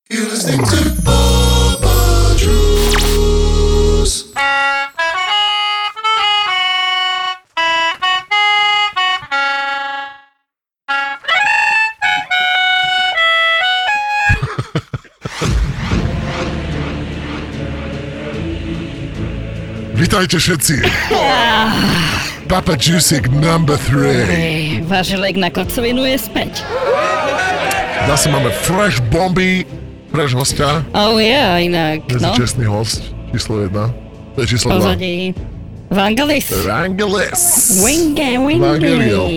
You're listening to Papa Juice. Vítajte všetci. Papa Juice number 3. Váš lek na kocovinu je späť. Zase máme fresh bomby, fresh hostia. Oh yeah, inak, Dnes je no. čestný host, číslo 1. To je číslo 2. Pozadí. Vangelis. Vangelis. Vangelio.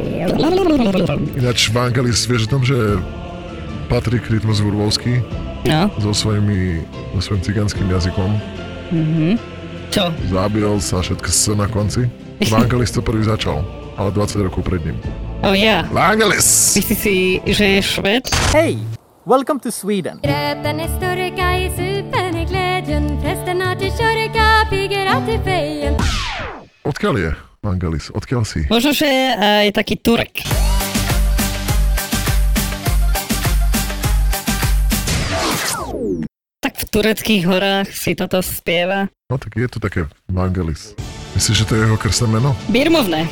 Ináč Vangelis, vieš o tom, že Patrik Rytmus Hurvovský No. so svojím cigánskym jazykom Čo? zabil sa všetko s na konci. Vangelis to prvý začal, ale 20 rokov pred ním. Oh yeah. Vangelis! Myslíš si, že je Šved? Hej! Welcome to Sweden. Gröten är störka i supen i glädjen. Prästen har till kyrka, bygger alltid fejen. Odkiaľ je Vangelis? Odkiaľ si? Možno, že je taký Turek. Tak v tureckých horách si toto spieva. No tak je to také Vangelis. Myslíš, že to je jeho krstné meno? Birmovné.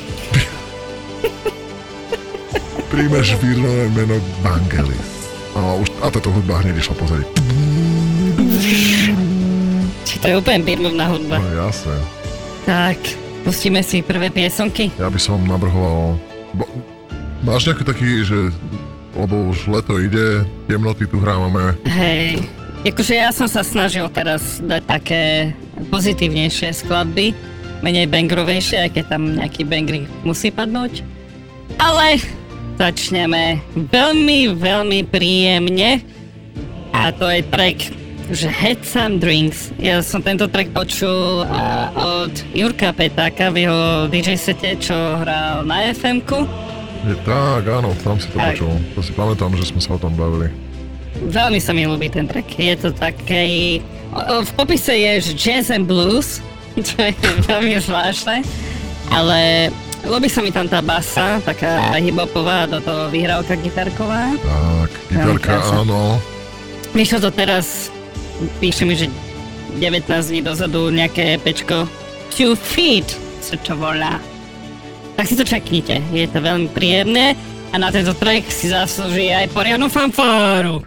Príjmeš vírnové meno Vangelis. A táto hudba hneď išla pozrieť. Či to je úplne birmovná hudba. No jasné. Tak, pustíme si prvé piesonky. Ja by som navrhoval... Máš nejaký taký, že... Lebo už leto ide, temnoty tu hrávame. Hej, akože ja som sa snažil teraz dať také pozitívnejšie skladby, menej bangrovejšie, aj keď tam nejaký bangry musí padnúť. Ale začneme veľmi príjemne a to je track, že Had Some Drinks. Ja som tento track počul od Jurka Petáka v jeho DJ sete, čo hral na FM-ku. Je tak, áno, tam si to Tak. počul. To si pamätám, že sme sa o tom bavili. Veľmi sa mi ľúbi ten track. Je to taký... V popise je, že jazz and blues, čo je veľmi zvláštne, ale ľúbi sa mi tam tá basa, taká hip-hopová, do toho vyhrávka gitarková. Tak, gitarka, krásne. áno. Vyšlo to teraz, píše mi, že 19 dní dozadu nejaké pečko Two Feet sa to volá. Tak si to čaknite, je to veľmi príjemné a na tento track si zaslúži aj poriadnu fanfáru.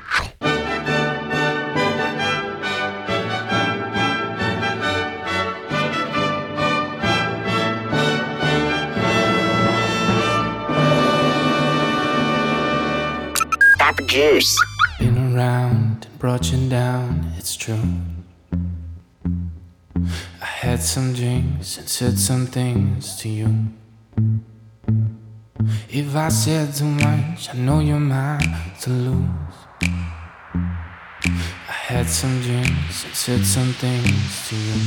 Papa Juice. Been around and brought you down, it's true. I had some drinks and said some things to you. If I said too much, I know you're mine to lose. I had some drinks and said some things to you.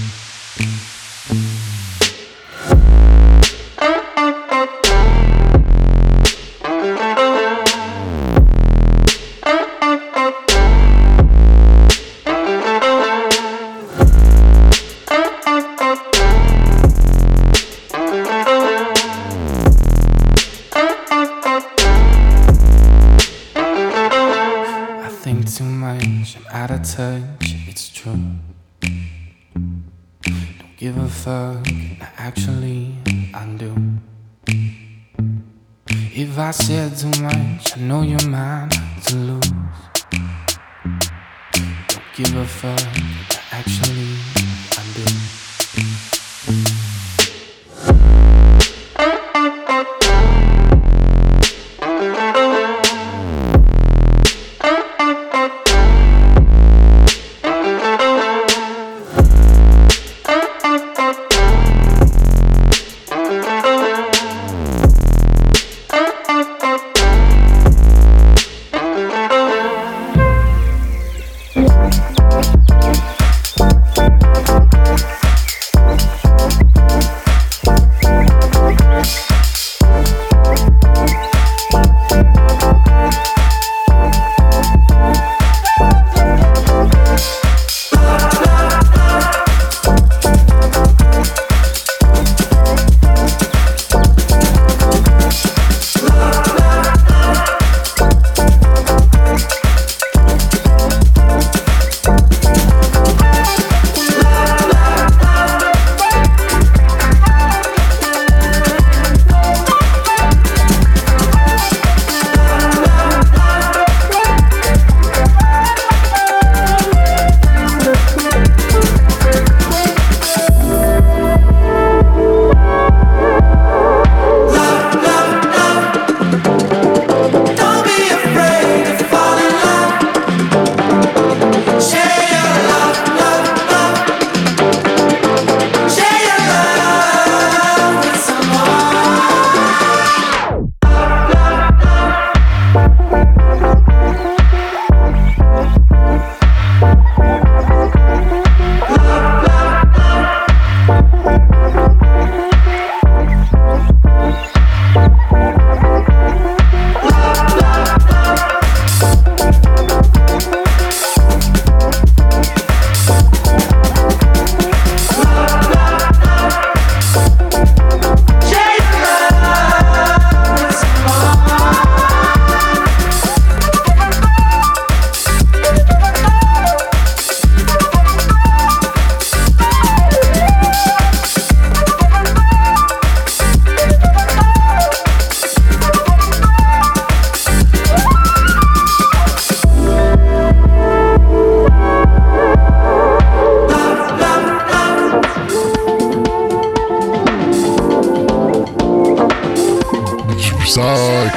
Touch, it's true. Don't give a fuck, actually I do. If I said too much, I know you're mine to lose. Don't give a fuck, actually I do.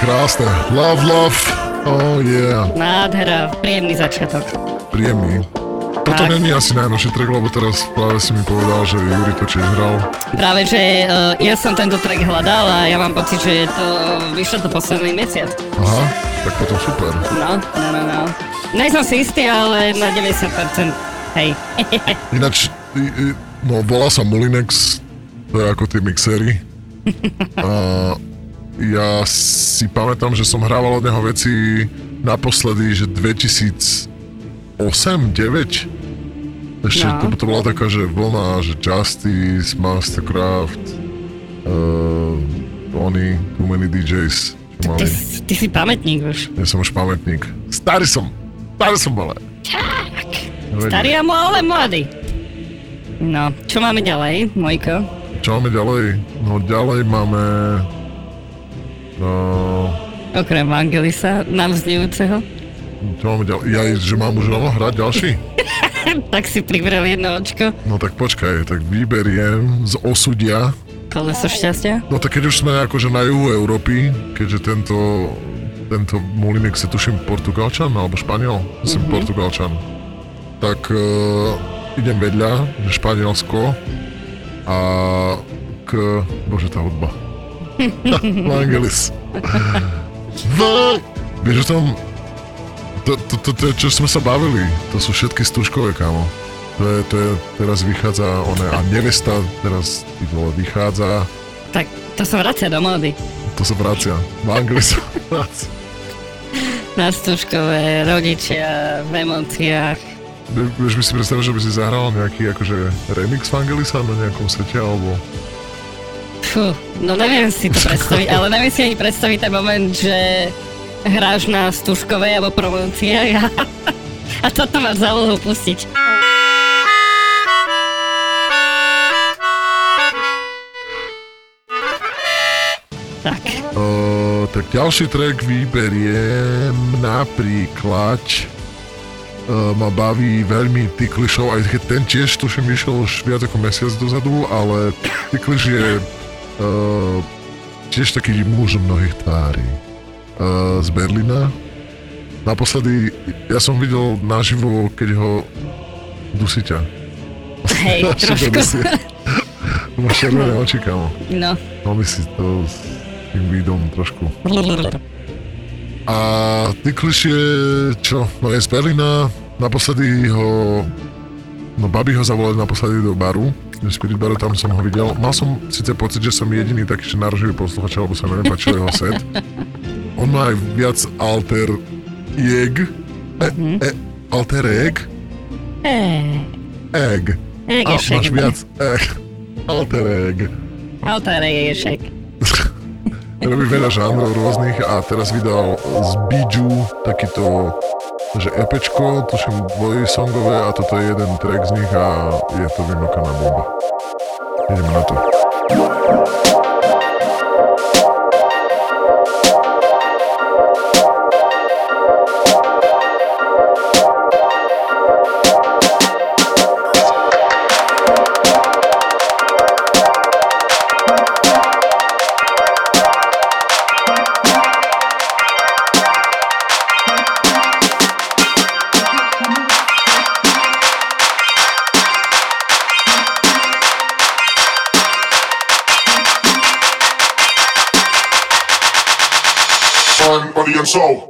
krásne. Love. Oh yeah. Nádhera, príjemný začiatok. Príjemný. Toto Tak. není asi najnovší track, lebo teraz práve si mi povedal, že Juri to tiež hral. Práve, že ja som tento track hľadal a ja mám pocit, že to vyšlo to posledný mesiac. Aha, tak potom super. No. Nej som si istý, ale na 90%. Hej. Ináč, no volá sa Molinex, to je ako tie mixéry. A ja si pamätám, že som hrával od neho veci naposledy, že 2008-9. Ešte No. to bola taká, že vlna, že Justice, Mastercraft, oni, Too Many DJs, čo mali. Ty si pamätník už. Ja som už pamätník. Starý som ale. Starý ale mladý. No, čo máme ďalej, Mojko? Čo máme ďalej? No ďalej máme... Okrem Vangelisa, nám znejúceho. Čo máme ďalej? Ja, že mám už ono hrať ďalší? Tak si privrel jedno očko. No tak počkaj, tak vyberiem z Osudia. Koleso šťastia. No tak keď už sme akože na juhu Európy, keďže tento Molinex je tuším Portugalčan alebo Španiel, myslím Portugalčan, tak idem vedľa, že Španielsko a bože tá hudba. Vangelis. Vieš o tom, to je, čo sme sa bavili, to sú všetky stužkové, kámo. To je, teraz vychádza a nevesta teraz vychádza. Tak to sa vracia do módy. To sa vracia. Vangelis sa vracia. Na stužkové, rodičia, v emóciách. Vieš by si predstaviť, že by si zahral nejaký akože remix Vangelisa na nejakom sete, alebo... Fú, no neviem si to predstaviť, ale neviem si ani predstaviť ten moment, že hráš na stužkovej alebo promóciách a toto máš za úlohu pustiť. Tak. Tak ďalší track vyberiem napríklad ma baví veľmi Ticklišov, aj keď ten tiež tuším vyšiel už viac ako mesiac dozadu, ale Tickliš je tiež taký muž mnohých tvári z Berlína. Naposledy ja som videl naživo, keď ho dusíťa. Hej, trošku. Máš červené oči, kámo. No. Máme si to s tým vidom trošku. A Tickliš je, čo? No je z Berlína, naposledy ho... No babi ho zavolali naposledy do baru, do Spirit baru, tam som ho videl. Mal som síce pocit, že som jediný taký, že nároživý posluchač, lebo sa mi nepáčil jeho set. On má aj viac alter egg. Alter egg? Egg. Egg je Máš šek. viac egg. Alter egg. Alter je šek. Robí veľa žánrov rôznych a teraz vydal z Biju takýto, že EPčko, tuším dvojsongové a toto je jeden track z nich a je to vymakaná bomba. Ideme na to. Mind, body and soul.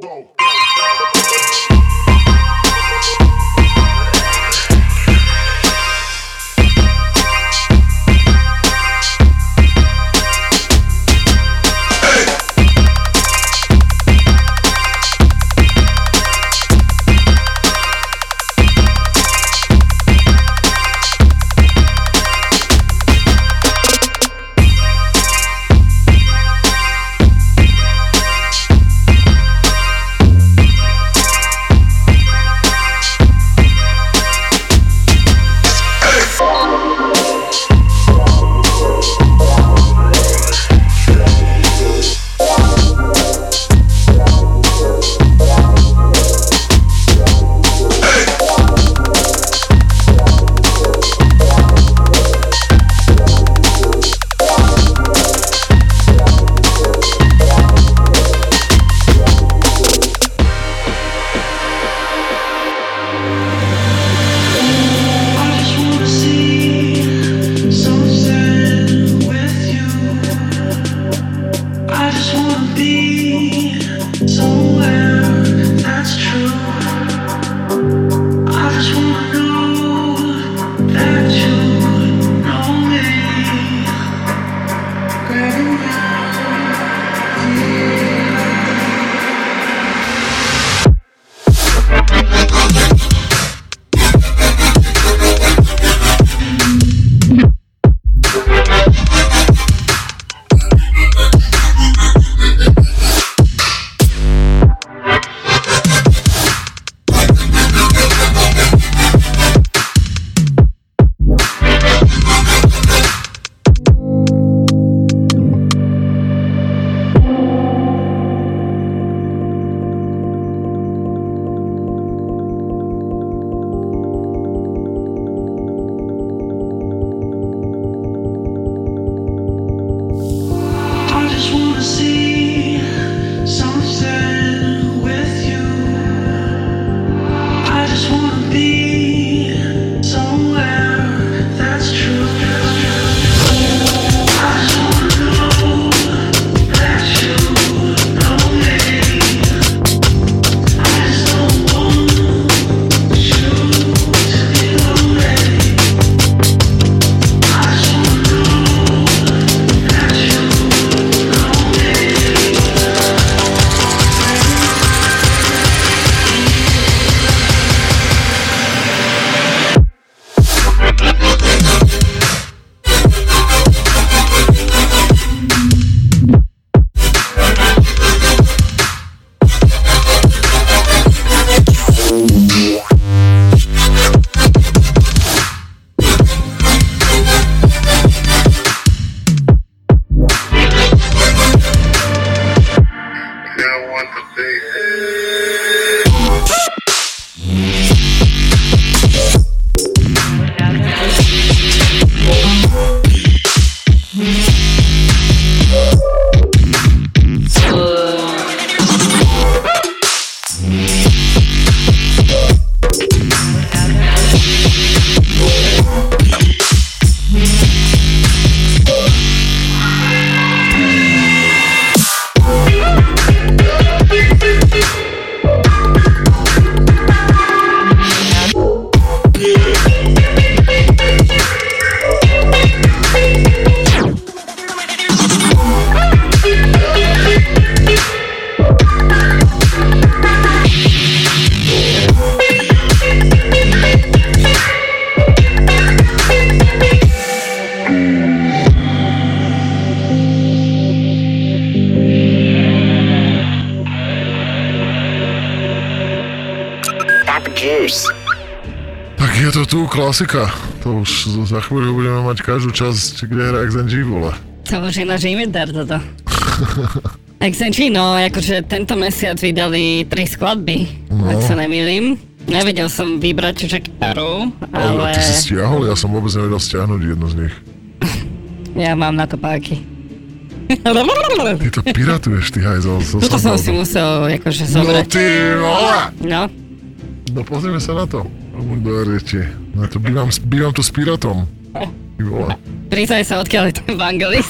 Tak je to tu klasika. To už za chvíľu budeme mať každú časť, kde hra XNG, vole. To už je náš inventár toto. XNG, no akože tento mesiac vydali 3 skladby, ak sa nemýlim. Nevedel som vybrať čakáru, ale... Ty si stiahol? Ja som vôbec nevedel stiahnuť jednu z nich. Ja mám na to páky. Ty to piratuješ, ty hajzel. Toto som si musel akože zobrať. No ty vole! No. No pozrieme sa na to. Na to bývam tu s piratom. Ty vole. Priznaj sa, odkiaľ je ten Vangelis.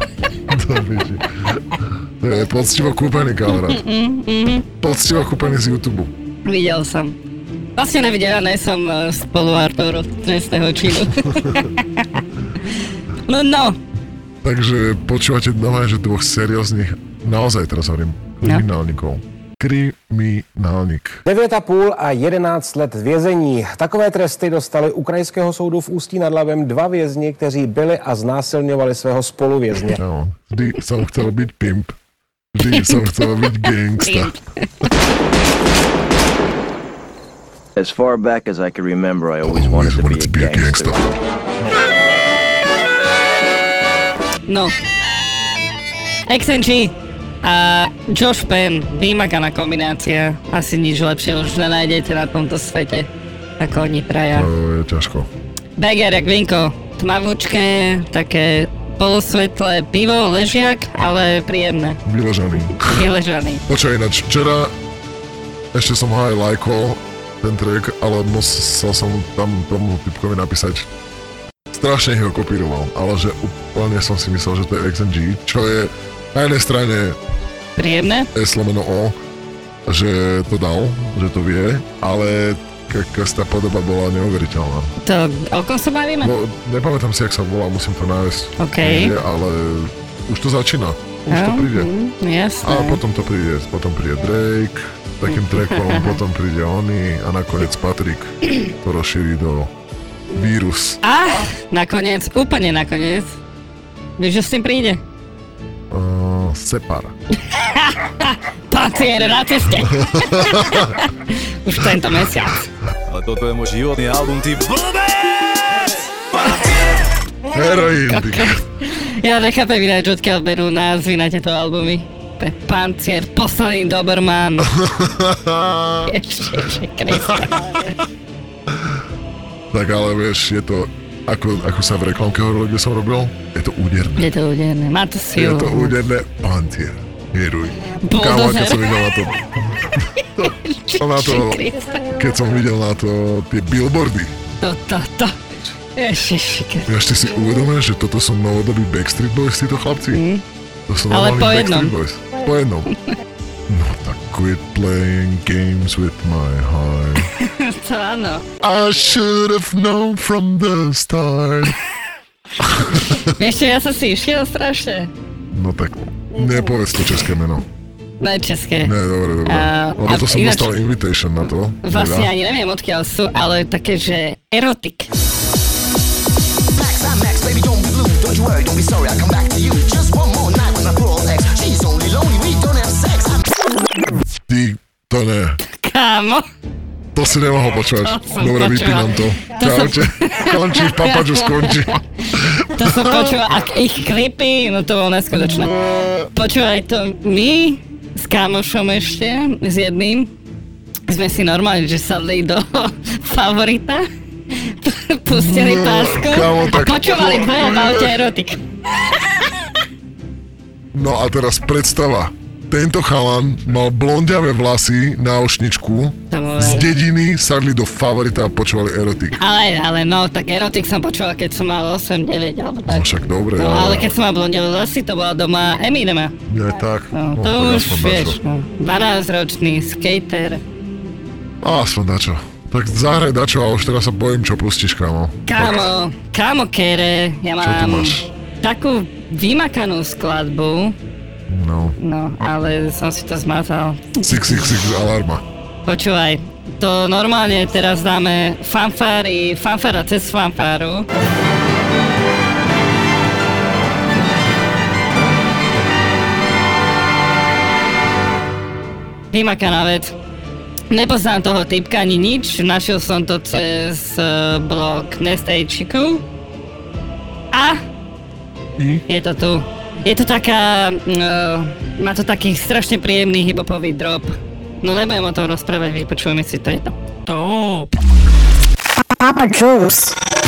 To je poctivo kúpený kamarát. Poctivo kúpený z YouTube. Videl som. Vlastne nevidela, nie som spoluautor trestného činu. No. Takže počúvate doma, že dvoch serióznych, naozaj teraz hovorím, kriminálnikov. Kriminálnik. 9,5 a 11 let vězení. Takové tresty dostali u krajského soudu v Ústí nad Labem 2 vězni, kteří byli a znásilňovali svého spoluvězně. No, vždy som chcel byť pimp. Vždy som chcel byť gangsta. As far back as I can remember, I always wanted to be a gangster. No. XNG a Josh Penn, výmakaná kombinácia. Asi nič lepšie už nenájdete na tomto svete, ako oni traja. To je ťažko. Beger jak vinko, tmavúčké, také polosvetlé pivo, ležiak, ale príjemné. Vyležaný. Počkaj, ináč, včera ešte som ho aj lajkol, ten track, ale musel som tam tomu typkovi napísať. Strašne ho kopíroval, ale že úplne som si myslel, že to je XNG, čo je na jednej strane príjemné. S/O, že to dal, že to vie, ale tá podoba bola neuveriteľná. To o kom sa bavíme? No, nepamätám si, jak sa volá, musím to nájsť. OK. Ale už to začína, už to príde. Jasné. A potom príde Drake, takým trackom, potom príde Oni a nakoniec Patrik to rozšíri do Vírus. Nakoniec, úplne nakoniec. Vieš, že s tým príde? Separ. Pacier na ceste. Už tento mesiac. Ale toto je môj životný album, ty blbec! Heroin. Ja nechápem ináč, odkiaľ berú názvy na tieto albumy. Pancier, posledný Doberman. Ježiši Kriste. Tak ale vieš, je to, ako sa v reklamke hovorilo, kde som robil, je to úderné. Je to úderné, má to silu. Je to úderné, Pancier, heruj. Bulldozer. Keď som videl na to, keď som videl na to tie billboardy. To. Ježiši Kriste. Vieš, ty si uvedomuješ, že toto sú novodobí Backstreet Boys, títo chlapci? To sú ale po jednom. Po jednom. No tak quit playing games with my heart. To áno. I should have known from the start. Vieš čo, ja som si išiel strašne. No tak, nepovedz to české meno. Ne, české. Ne, dobre. Lebo to som dostal invitation na to. Vlastne ani neviem, odkiaľ sú, ale také, že erotik. Max, baby, don't be blue, don't you worry, don't be sorry, I'll come back to you. Just one more night with my poor ex. She's only lonely, we don't have sex. Ty, to ne. Kámo. To si nemohol počúvať. Dobre, vypínam to. Čaute. Končí, papaču skončí. To som počula, ak ich klipy, no to bolo neskutočné. Počúvaj to, my s kámošom ešte, s jedným, sme si normálne, že sadli do favorita, pustili pásko a počúvali dvoje v aute erotik. No a teraz predstava. Tento chalan mal blondiavé vlasy na ošničku, z dediny sadli do favorita a počúvali erotik. Ale no, tak erotik som počúval, keď som mal 8-9 alebo tak. No však dobre, no, ale keď som mal blondiavé vlasy, to bola doma Eminema. Nie, tak. No, to už vieš, 12-ročný skater. Aspoň dačo. Tak zahraj dačo a už teraz sa bojím, čo pustíš, kámo. Kámo Kere, ja mám takú vymakanú skladbu. No, ale som si to zmatal. 666 alarma. Počúvaj, to normálne teraz dáme fanfára cez fanfáru. Vymakaná vec. Nepoznám toho typka ani nič, našiel som to cez blog Nestejčiku a je to tu. Je to taká, má to taký strašne príjemný hip-hopový drop. No nebudem o tom rozprávať, vypočujeme si to jedno. Papa Juice.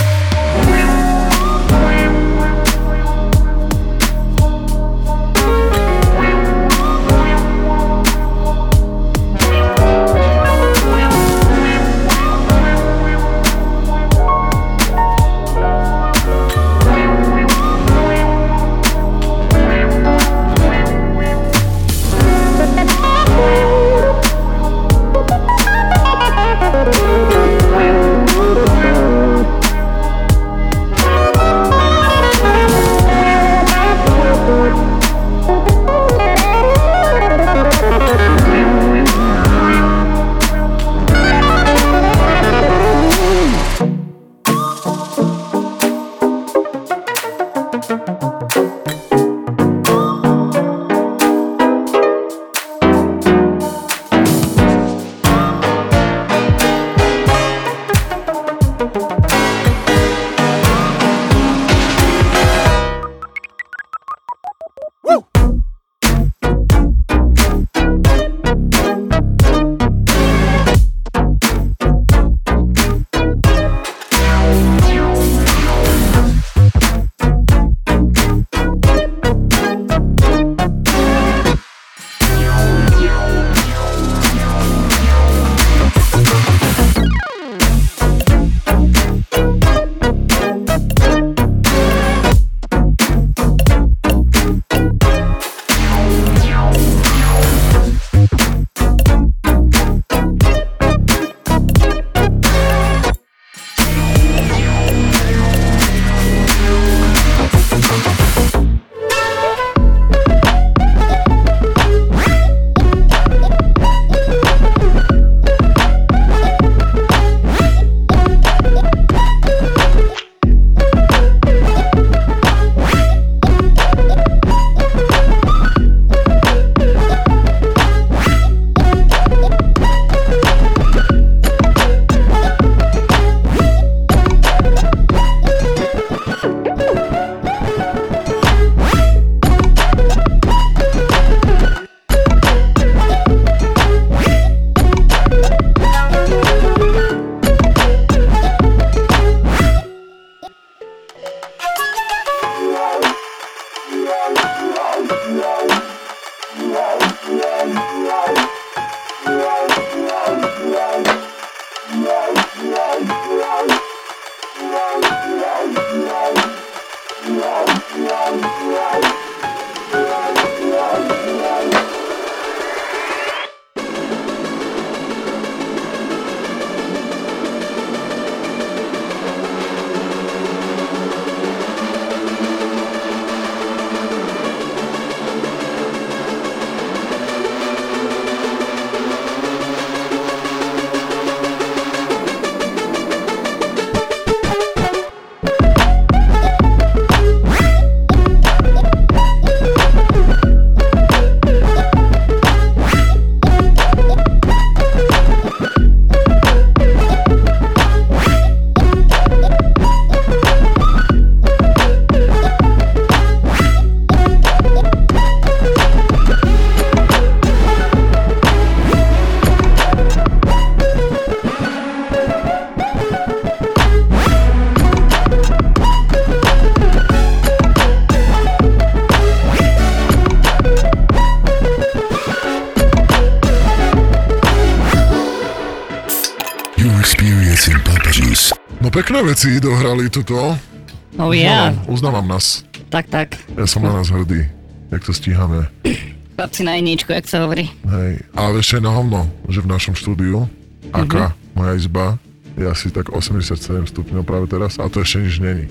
No pekné veci dohrali tuto. Oh yeah. Uznávam nás. Tak. Ja som na nás hrdý, jak to stíhame. Chlapci na jedničku, jak sa hovorí. Hej, ale ešte na hovno, že v našom štúdiu, aká moja izba, je asi tak 87 stupňov práve teraz a to ešte nič není.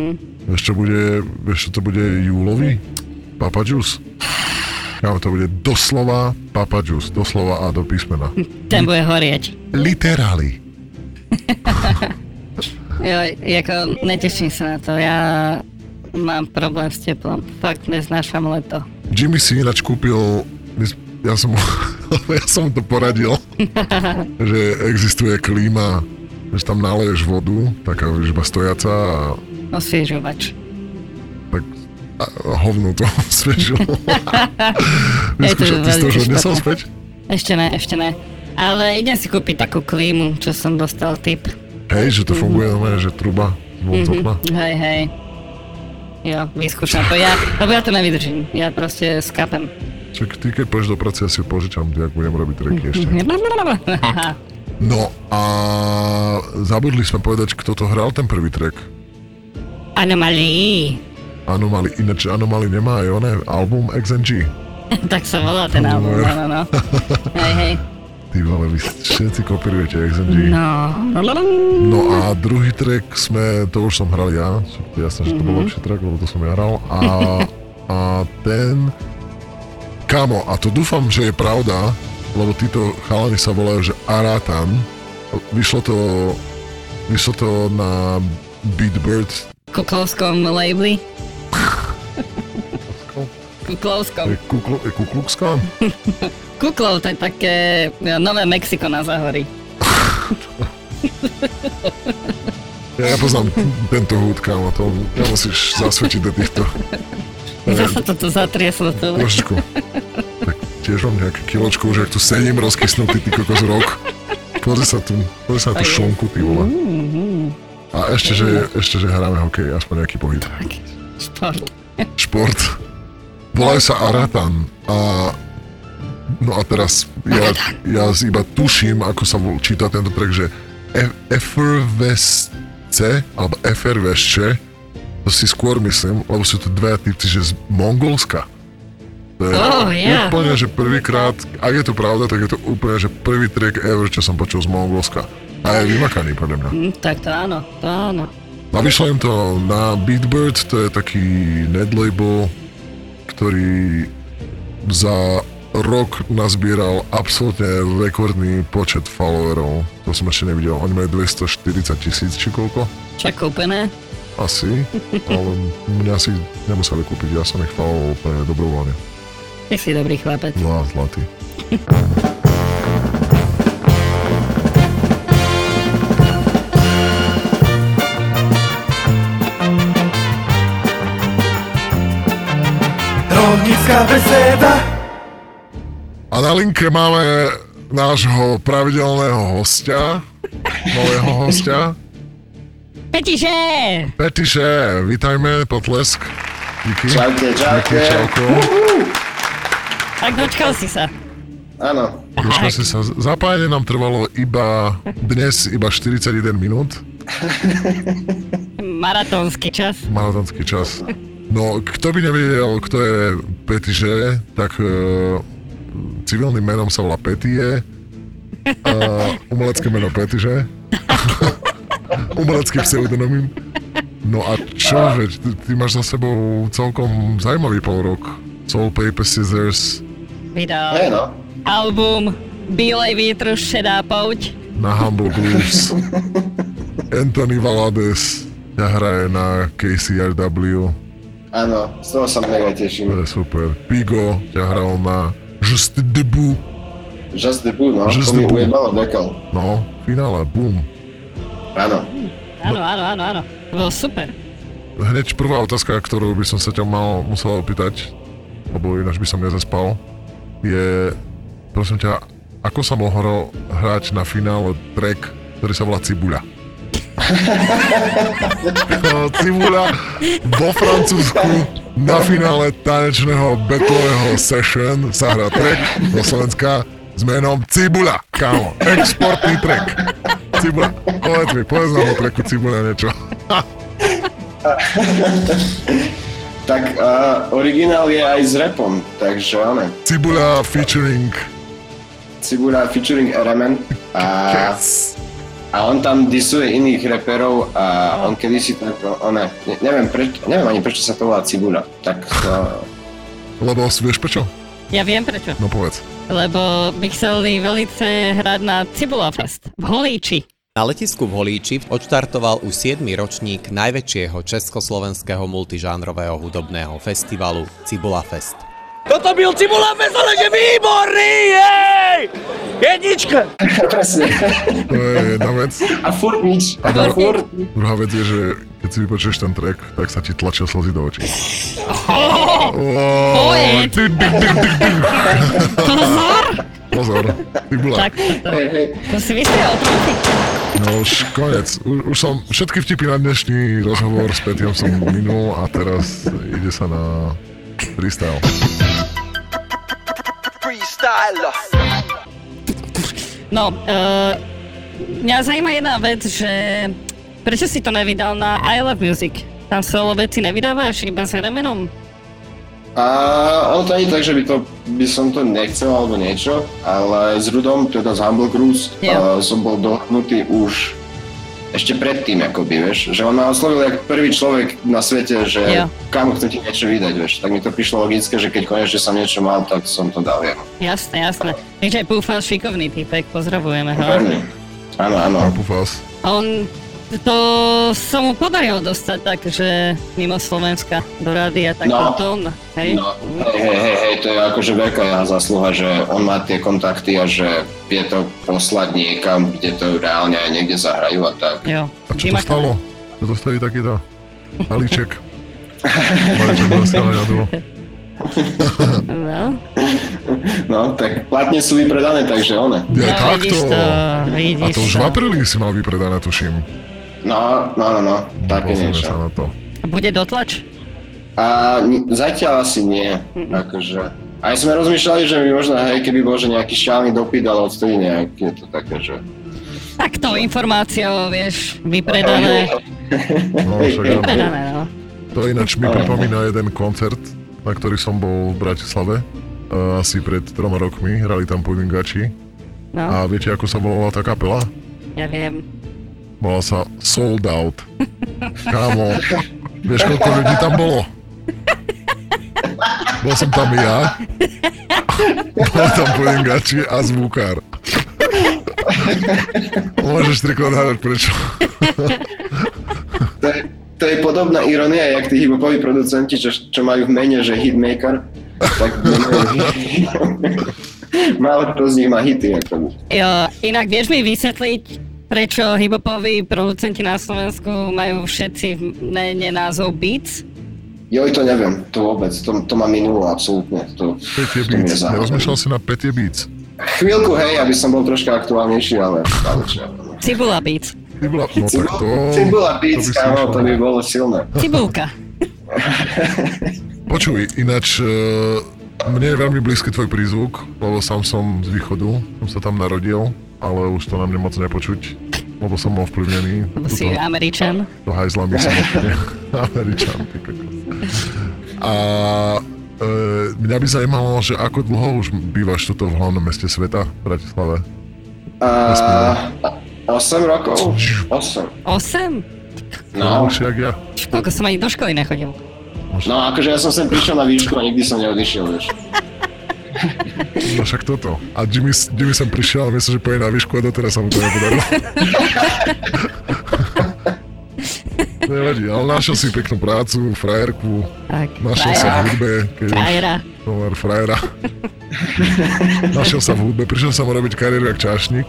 Vieš čo to bude júlový? Papa Juice. Kámo, to bude doslova Papa Juice, doslova A do písmena. Ten bude horieť. Literály. Jo, jako neteším sa na to, ja mám problém s teplom, fakt neznášam leto. Jimmy si ináč kúpil, ja som Ja som mu to poradil, že existuje klíma, že tam naleješ vodu, taká iba stojaca a Osviežovač. tak hovno to osviežil. Vyskúšal, ty si to už odnesol späť? Ešte ne. Ale idem si kúpiť takú klímu, čo som dostal tip. Hej, že to funguje normálne, že truba von z okna. Hej. Jo, vyskúšam to lebo ja to nevydržím. Ja proste skapem. Čak ty, keď pôjdeš do práce, ja si požičam, ak budem robiť treky ešte. No a zabudli sme povedať, kto to hral, ten prvý track. Anomaly. Ináč Anomaly nemá aj oné album XNG. Tak sa volá ten album, no. Hej. Ty vole, vy všetci kopírujete XNG. No a druhý track to už som hral ja. Jasné, že to bol lepší track, lebo to som ja hral. A ten... Kámo, a to dúfam, že je pravda, lebo títo chalani sa volajú, že Aratan. Vyšlo to na Beatbird. Kuklovskom labeli. Kuklovskom. Kukluxkan? Kuklov, to je také nové Mexiko na Záhorí. Ja poznám tento hud, kámo, to nemusíš zasvetiť do týchto. Zasa toto zatrieslo to. Trošičku. Tak tiež mám nejaké kiločko, už ak tu sedím rozkysnutý, ty kokos rok. Pozri sa na tú šlnku, ty vole. A ešte, že hráme hokej, aspoň nejaký pohyb. Šport. Volajú sa Aratan no a teraz ja iba tuším, ako sa číta tento track, že FRVSC alebo FRVSC, to si skôr myslím, lebo sú to dve typci, že z Mongolska. To je úplne, že prvýkrát, ak je to pravda, tak je to úplne, že prvý track ever, čo som počul z Mongolska. A je vymakaný, podľa mňa. Tak to áno. A vyšlo im to na Beatbird, to je taký net-label, ktorý za rok nazbieral absolútne rekordný počet followerov. To som ešte nevidel. Oni majú 240,000 či koľko? Čak kúpené? Asi, ale mňa si nemuseli kúpiť, ja som ich followoval úplne dobrovoľne. Ty si dobrý chlapec. No a zlatý. Rolnická beseda. A na linke máme nášho pravidelného hostia, nového hostia. Petiše, vítajme, potlesk. Díky. Čaute. Čauko. Tak dočkal si sa. Áno. Dočkal si sa. Zapájenie nám trvalo dnes iba 41 minút. Maratónsky čas. No, kto by nevedel, kto je Petiše, tak civilným menom sa volá Petie, umelecké meno Petiše, umelecký pseudonym. No a čože, ty máš za sebou celkom zaujímavý polrok. Soul, Paper, Scissors. Vydal album Bílej vítru, šedá pouť. Na Humble Grooves. Anthony Valadez hraje na KCRW. Áno, z toho sa mega teším. To je super. Pigo hral na Just Debout. Just Debout, no. To mi ujebalo dekal. No, finále, boom. Áno. Áno. To bolo super. Hneď prvá otázka, ktorú by som sa ťa musel opýtať, lebo ináč by som nezaspal, je, prosím ťa, ako sa mohol hrať na finále track, ktorý sa volá Cibuľa? Cibuľa vo Francúzsku na finále tanečného battleového session sa hrá track do Slovenska s menom Cibuľa, kámo, exportný track. Cibuľa, povedz nám o tracku Cibuľa niečo. Tak originál je aj s rapom, takže áno. Cibuľa featuring Element a on tam disuje iných reperov a on kedysi tak, neviem ani prečo sa to volá Cibuľa, tak... Lebo vieš prečo? Ja viem prečo. No povedz. Lebo by chceli velice hrať na Cibula Fest v Holíči. Na letisku v Holíči odštartoval už 7. ročník najväčšieho československého multižánrového hudobného festivalu Cibula Fest. Toto byl Cibula bez, ale že výborný, hej! Jednička! Presne. To je jedna vec. A furt nič. A druhá vec je, že keď si vypočuješ ten track, tak sa ti tlačia slzy do očí. Pozor, Cibula. To si vystriel trofy. No už konec. Už som všetky vtipy na dnešný rozhovor s Petiom som minul a teraz ide sa na freestyle. No, mňa zaujíma jedna vec, že prečo si to nevydal na I Love Music? Tam solo veci nevydávaš iba s remenom? Ono to nie je tak, že by som to nechcel alebo niečo, ale s Rudom, teda z Humble Cruise, som bol dohodnutý už ešte predtým, akoby, vieš, že on ma oslovil jak prvý človek na svete, že kam chcem ti niečo vydať, vieš, tak mi to prišlo logické, že keď konečne som niečo mal, tak som to dal jemu. Jasné. Takže Pufas šikovný týpek, pozdravujeme ho. Áno. Pufas. A on, to sa mu podarilo dostať tak, že mimo Slovenska do rádia, tak to hej? Hej, to je akože veľká jeho zásluha, že on má tie kontakty a že vie to poslať niekam, kde to reálne aj niekde zahrajú a tak. Jo. A čo to stalo? Čo dostali takýto balíček? Balíček dostali na dvo. No, tak platne sú vypredané, takže one. Ja, takto! Vidíš a to už v apríli si mal vypredané, tuším. No, také niečo. Sa na to. Bude dotlač? Zatiaľ asi nie, akože. Aj sme rozmýšľali, že by možno, hej, keby bol, že nejaký šialný dopyt, ale odtedy nejak je to také, že... Takto informáciou, vieš, vypredané. Vypredané, no. To ináč mi pripomína jeden koncert, na ktorý som bol v Bratislave. Asi pred 3 rokmi, hrali tam Pudingači. No. A viete, ako sa volala tá kapela? Ja viem. Volala sa Sold Out. Kámo, vieš, koľko ľudí tam bolo? Bol som tam ja, bol tam Pudingači a zvukár. Môžeš trikrát hádať, prečo? To je podobná ironia, jak tí hip-hopoví producenti, čo majú v mene, že hitmaker, tak málo kto z nich má hity. Jo, inak vieš mi vysvetliť, prečo hip-hopoví producenti na Slovensku majú všetci v mene názov Beats? Joj, to neviem, to vôbec, to ma minulo absolútne. Petie Beats, nerozmýšľal si na Petie Beats? Chvíľku, hej, aby som bol troška aktuálnejší, ale čo. Cibula Beats. Cibula Beats, kámo, to by bolo silné. Cibulka. Počuj, ináč, mne je veľmi blízky tvoj prízvuk, lebo sám som z východu, som sa tam narodil, ale už to na mne moc nepočuť, lebo som bol vplyvnený. Lebo si Američan. To hajzlami som Američan, ty kokos. A mňa by zajímalo, že ako dlho už bývaš tuto v hlavnom meste sveta, v Bratislave? 8 rokov. 8? No. Už jak ja. Koľko som ani do školy nechodil. No akože ja som sem prišiel na výšku a nikdy som neodišiel, vieš. No však toto. A Jimmy sem prišiel a myslím, že pôjde na výšku a doteraz sa mu to nepodarilo. Nevadí, ale našiel si peknú prácu, frajerku. Tak, našiel sa v hudbe. Frajera. Frajera. Našiel sa v hudbe, prišiel sa mu robiť kariéru jak čášnik.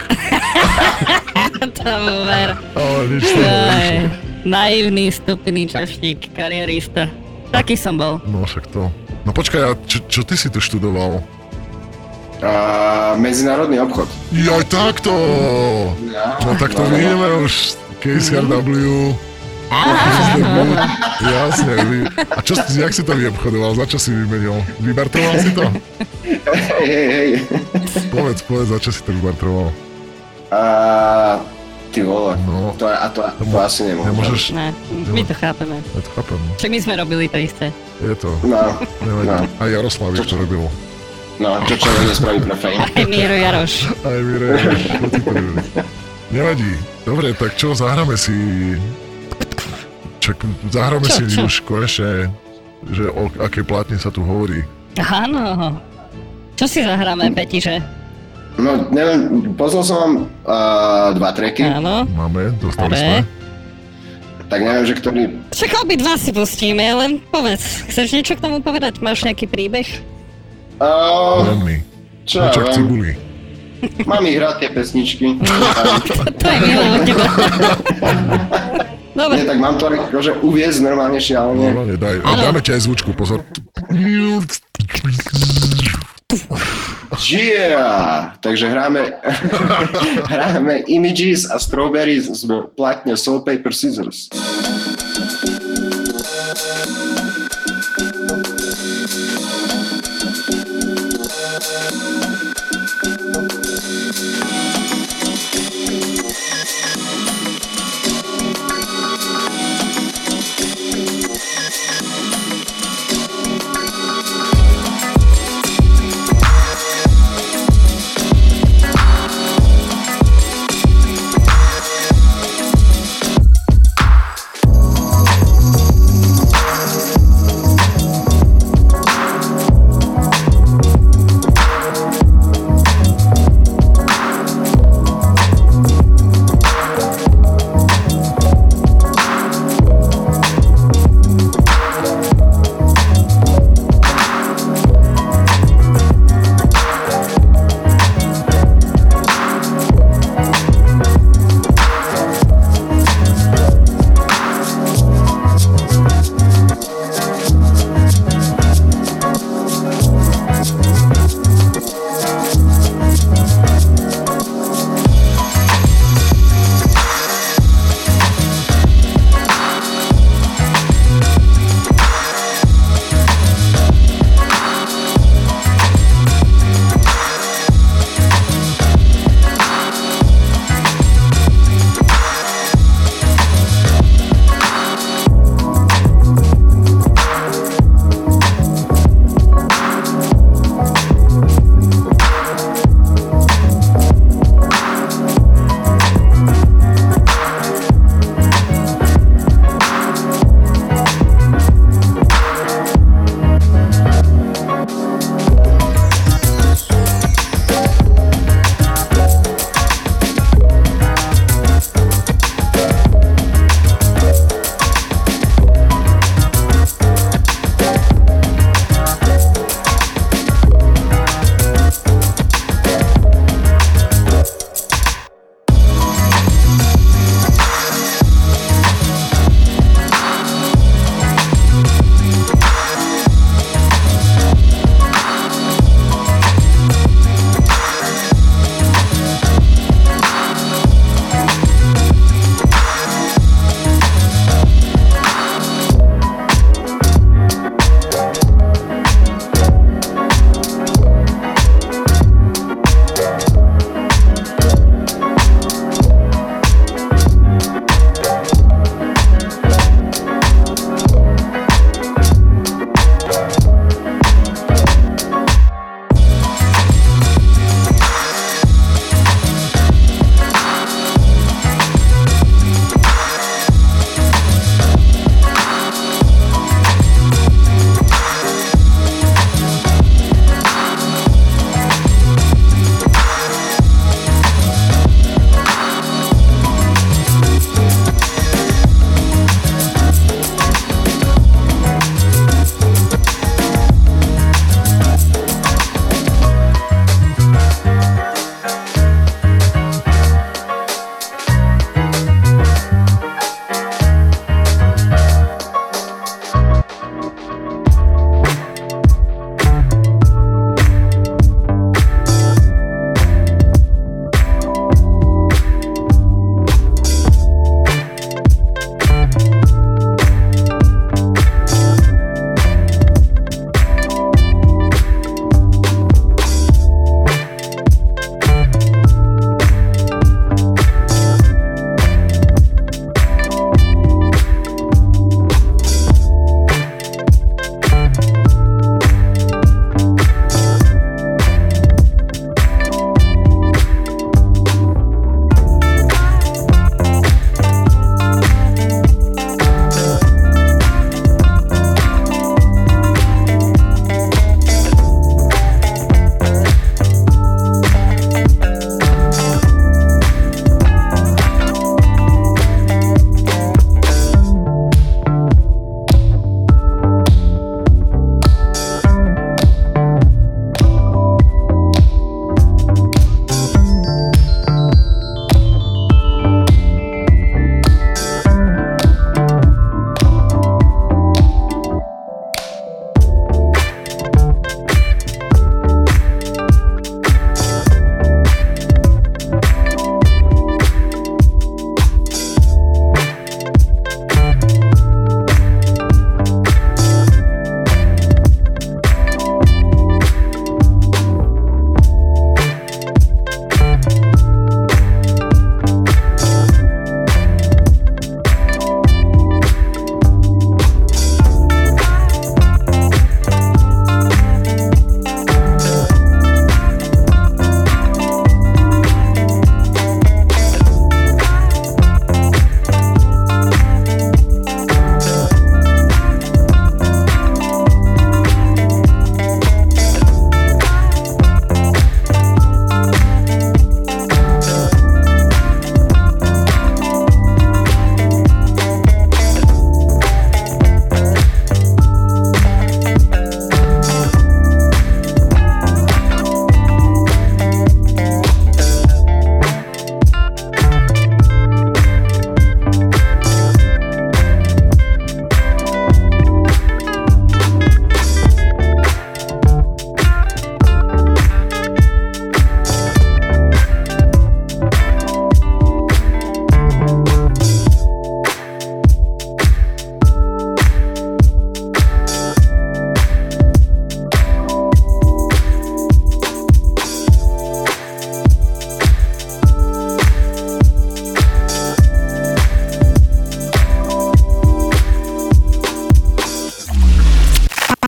To ver. Ale nič to nevyšlo. Naivný, stupný čašník, kariérista. Taký som bol. No však to. No počkaj, a čo ty si tu študoval? Medzinárodný obchod. Joj, takto! No tak to vidíme už. KCRW. Jasne. A jak si to vyobchodoval? Za čo si vymenil? Vybartroval si to? Hej. Povedz, za čo si to vybartroval? Ty vole, no. to asi nemôžeš. Ne, my to chápeme. Ja to chápem. Však my sme robili to isté. Je to. No. Aj Jaroslav to robil. No, čo človek nespraví pre fame. Aj Miro Jaroš. Nevadí. Dobre, tak čo, zahráme si už konečne, že o akej plátne sa tu hovorí. Áno. Čo si zahráme, Petiže? No, neviem, poslal som vám 2 tracky. Áno. Máme, dostali sme. Tak neviem, že ktorý... Však obidva si pustíme, len povedz. Chceš niečo k tomu povedať? Máš nejaký príbeh? Jemný. Čo ja Nočak viem. cibuli. Mám ich rád tie pesničky. To je milé od teba. Dobre. Nie, tak mám to akože uviezť normálne šialne. Normálne, dáme ti aj zvučku, pozor. Yeah! Takže hráme Images a Strawberries z platne Soul Paper Scissors.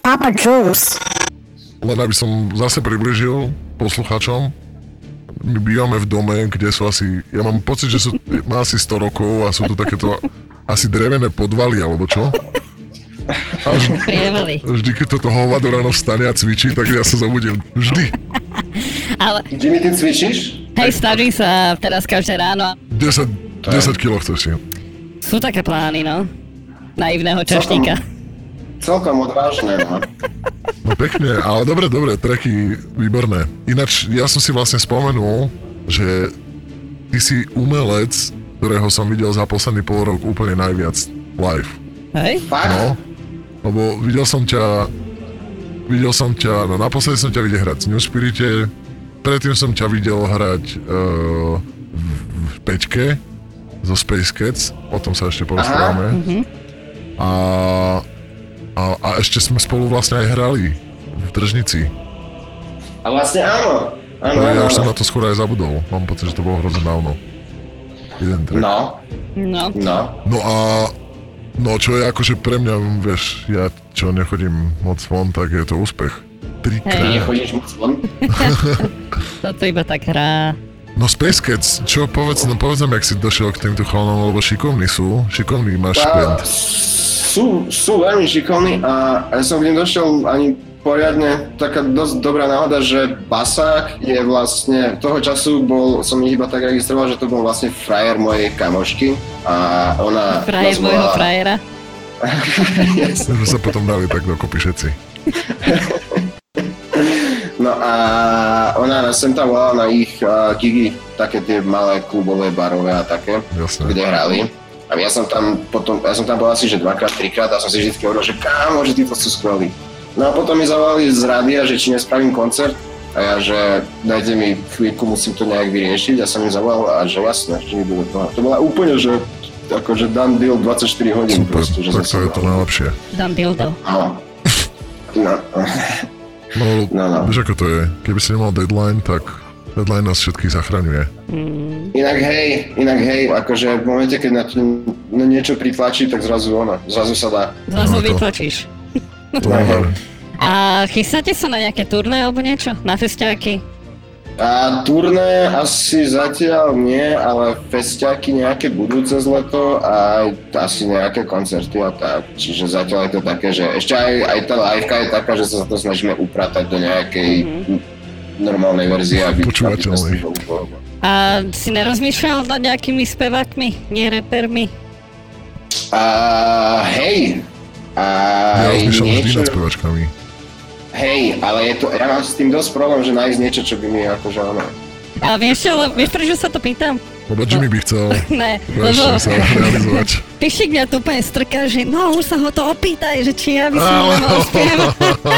Papa Goose. Len aby som zase približil poslucháčom, my bývame v dome, kde sú asi, ja mám pocit, že má asi 100 rokov a sú tu takéto asi drevené podvaly, alebo čo? A vždy, keď toto hovado ráno vstane a cvičí, tak ja sa zabudím. Vždy. Ale... Jimmy, ty cvičíš? Hej, snažím sa teraz každé ráno. 10 kg chceš si. Sú také plány, no. Naivného čašníka. Celkom odvážne, no. No pekne, ale dobre, treky, výborné. Ináč, ja som si vlastne spomenul, že ty si umelec, ktorého som videl za posledný pol rok úplne najviac live. Hej? No, lebo videl som ťa, no naposledy som ťa videl hrať v New Spirite, predtým som ťa videl hrať v Peťke zo Space Cats, o tom sa ešte porozprávame. A ešte sme spolu vlastne aj hrali v Tržnici. A vlastne áno. Ja už som na to skôr aj zabudol, mám pocit, že to bolo hrozne dávno. Jeden track. No čo je akože pre mňa, vieš, ja čo nechodím moc von, tak je to úspech. 3-krát. Nechodíš moc von? Toto iba tak hrá. No Space Cats, čo povedz nám, jak si došiel k týmto chalanom, lebo šikovní máš špend. Sú veľmi šikovní a ja som k nim došiel ani poriadne taká dosť dobrá náhoda, že basák je vlastne, toho času som ich iba tak registroval, že to bol vlastne frajer mojej kamošky a ona... Frajer môjho frajera? Yes. Sme sa potom dali tak dokopy všetci. No a ona nás sem tam volala na ich gigy, také tie malé klubové, barové a také, kde hrali. A ja som tam bol asi že 2-krát, 3-krát a som si vždycky hovoril, že kámo, že títo sú skvelí. No a potom mi zavolali z rádia, že či nespravím koncert a ja, že dajte mi chvíľku, musím to nejak vyriešiť a som im zavolal a že jasné, že mi budú toho. To bola úplne, že akože done deal 24 hodín. Super, proste, že tak to je to najlepšie. Done deal. No. Vieš ako to je, keby si nemal deadline, tak deadline nás všetkých zachraňuje. Inak hej, akože v momente, keď na to niečo pritlačí, tak zrazu sa dá. Zrazu vytlačíš. A chystáte sa na nejaké turné alebo niečo? Na festiáky? A turné asi zatiaľ nie, ale festiáky nejaké budú cez leto a asi nejaké koncerty a tak. Čiže zatiaľ je to také, že ešte aj tá liveka je taká, že sa to snažíme upratať do nejakej normálnej verzie, aby počúvateľnej. A si nerozmýšľal nad nejakými spevákmi, nie repermi? Hej. Ja rozmýšľam vždy nad spevačkami. Hej, ale ja mám s tým dosť problém, že nájsť niečo, čo by mi akože ono... A vieš prečo sa to pýtam? Lebo Jimmy by chcel sa realizovať. Pišik mňa tu úplne strká, že no už sa ho to opýtaj, že či ja by som nemal spievať.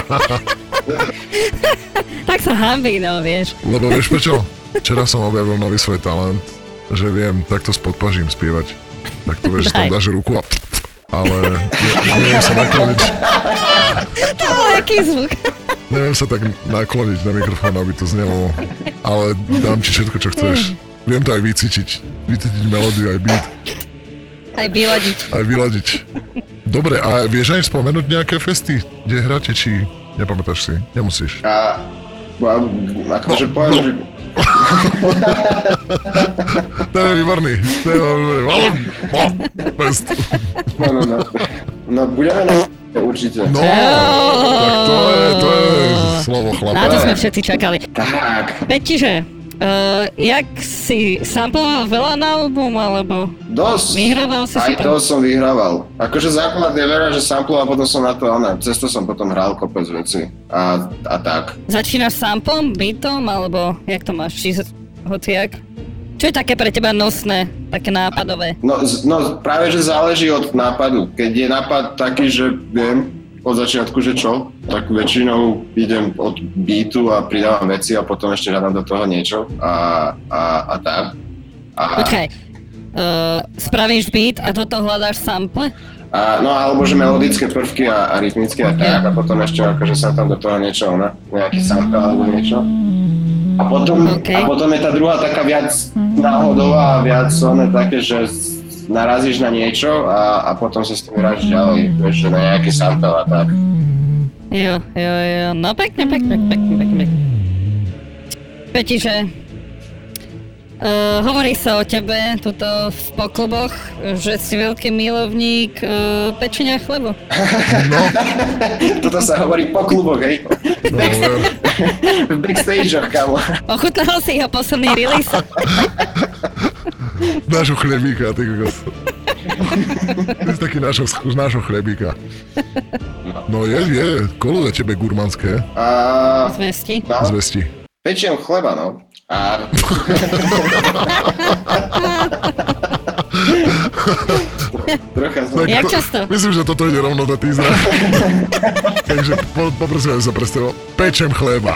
Tak sa hanbí, no vieš. Lebo vieš prečo? Včera som objavil nový svoj talent, že viem takto s podpažím spievať. Tak to vieš, že tam dáš ruku a... Ale neviem sa nakloniť. To bol aký zvuk. Neviem sa tak nakloniť na mikrofón, aby to znelo. Ale dám ti všetko, čo chceš. Viem to aj vycítiť. Vycítiť melódiu, aj beat. Aj vyladiť. Dobre, a vieš aj spomenúť nejaké festy, kde hráte, či nepamätáš si? Nemusíš. Akože poviem, že... To je výborný. Fest. No, budeme na určite. No, tak to je slovo chlapa. Na to sme všetci čakali. Tak. Petiže, jak si samploval veľa na album, alebo... Dosť. Vyhrával si aj to som vyhrával. Akože základ je veľa, že samploval, potom som na to, cesto som potom hral kopec veci. A tak. Začínaš samplom, beatom, alebo jak to máš? Či hociak? Čo je také pre teba nosné, také nápadové? No práve, že záleží od nápadu. Keď je nápad taký, že viem od začiatku, že čo, tak väčšinou idem od beatu a pridávam veci a potom ešte hľadám do toho niečo a tak. Počkaj, spravíš beat a do toho hľadáš sample? No alebo že melodické prvky a rytmické a tak a potom ešte akože sa tam do toho niečo, nejaký sample alebo niečo. A potom je tá druhá taká viac náhodová a viac také, že narazíš na niečo a potom sa s tým hráš ďalej, vieš, že na nejaký sample a tak. Jo, no pekne. Peti, že hovorí sa o tebe tuto v pokluboch, že si veľký milovník pečenia chleba. No. Toto sa hovorí po kluboch, hej? V backstageoch, kámo. Ochutnal si jeho posledný release? Nášho chlebíka, ty kokos. Ty si taký nášho chlebíka. No je, koluje tebe gurmanské. Zvesti. No. Zvesti. Pečiem chleba, no. A... Jak často? Myslím, že toto ide rovno do týzra. Takže poprosím, aby sa predstavil. Pečem chleba.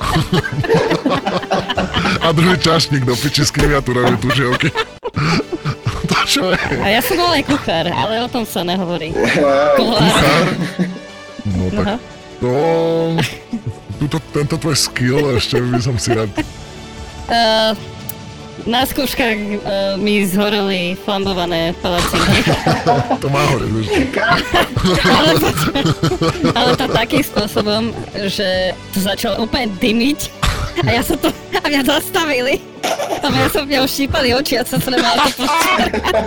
A druhý čašník do piči s klaviatúrami tužielky. To čo je? A ja som bol aj kuchár, ale o tom sa nehovorí. Kuchár? No tak tento tvoj skill ešte by som si rád... Na skúškach mi zhoreli flambované palacinky. To má hore, vieš. Ale to takým spôsobom, že to začalo úplne dymiť a mňa zastavili. A mňa uštípali oči a som sa nemala to pošťarať.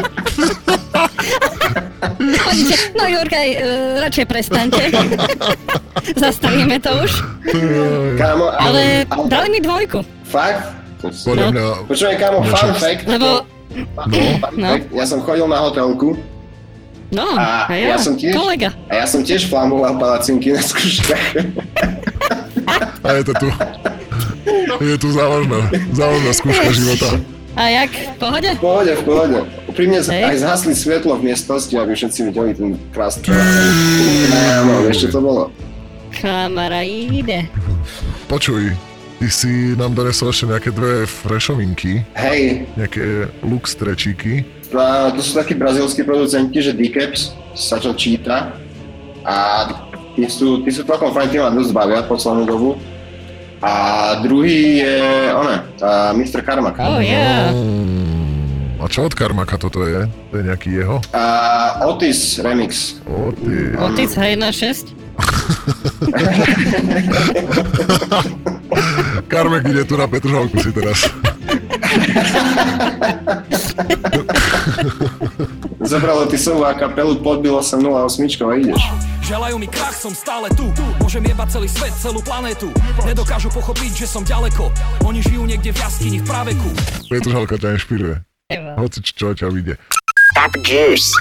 No Jurkaj, radšej prestaňte. Zastavíme to už. Kámo, ale dali mi 2. Fakt? No. Počúvaj, kámo, fun fact. Lebo... Ja som chodil na hotelku. No, a ja som tiež, kolega. A ja som tiež flamboval palacinky na skúškach. A je to tu. Je tu závažná skúška života. A jak? V pohode? V pohode. Úprimne aj zhasli svetlo v miestnosti, aby všetci videli ten krásny. No, vieš, čo to bolo? Kamaráde. Počuj, ty si nám donesol ešte nejaké 2 frešovinky. Hej. Nejaké lux trečíky. To sú takí brazílski producenti, že D-Caps sa to číta. A tí sú celkom fajn, tí ma dosť bavia poslednú dobu. A druhý je Mr. Karmak. Oh yeah. A čo od Karmaka toto je? To je nejaký jeho? Otis Remix. Otis Hejna 6? Karmek ide tu na Petržalku si teraz. Zobralo Otisovú a kapelu, podbilo sa 08 a ideš. Želajú mi krach, som stále tu. Môžem jebať celý svet, celú planétu. Nedokážu pochopiť, že som ďaleko. Oni žijú niekde v jaskyni v praveku. Petržalka ťa inšpiruje. Hoci čo ťa vyjde. Top Juice.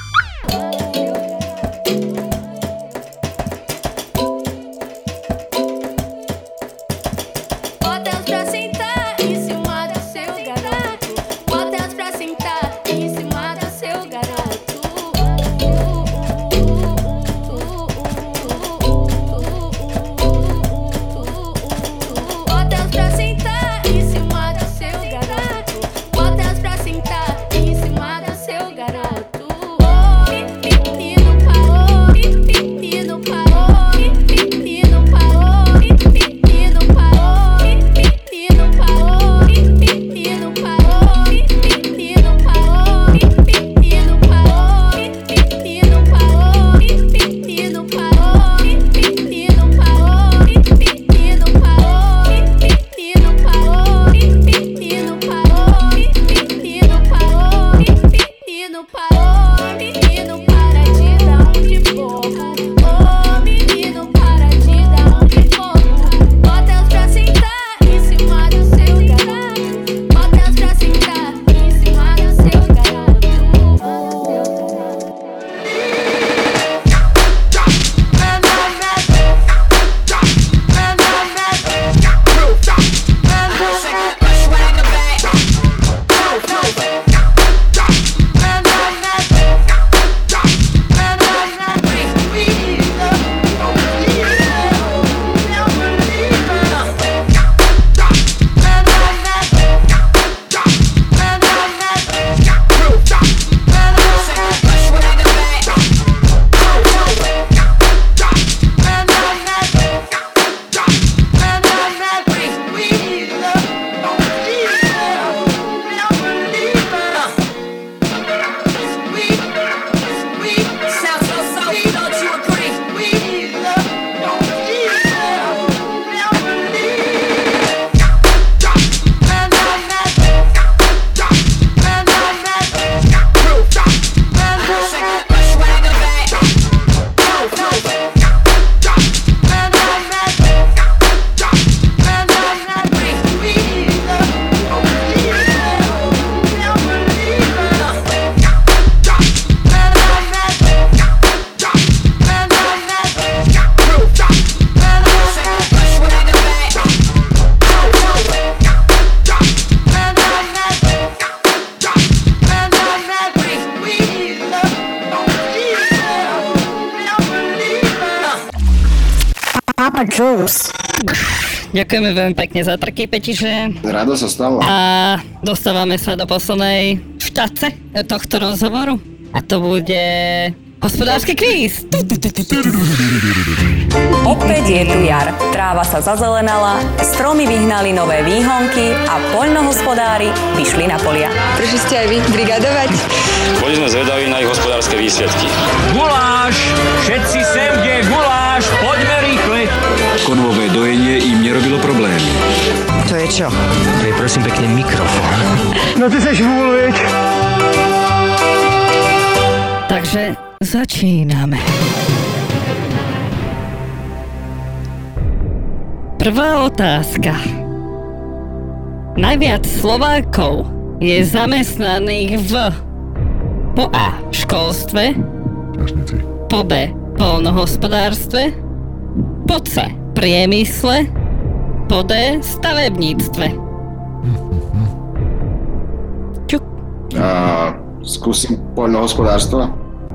Ďakujeme veľmi pekne za trky, Petiže. Rado sa stalo. A dostávame sa do poslednej štáce tohto rozhovoru. A to bude hospodársky kvíz. Opäť je tu jar. Tráva sa zazelenala, stromy vyhnali nové výhonky a poľnohospodári vyšli na polia. Prišli ste aj vy brigadovať? Boli sme zvedaví na ich hospodárske výsledky. Guláš! Všetci sem, kde je guláš! Poďme rýchle! Konvové dojenie im nerobilo problémy. To je čo? To je prosím pekne mikrofón. No ty seš vôľ, veď? Takže začíname. Prvá otázka. Najviac Slovákov je zamestnaných po A. školstve, po B. poľnohospodárstve, po C. priemysle, po D. stavebníctve. Čuk. Skúsim poľnohospodárstvo.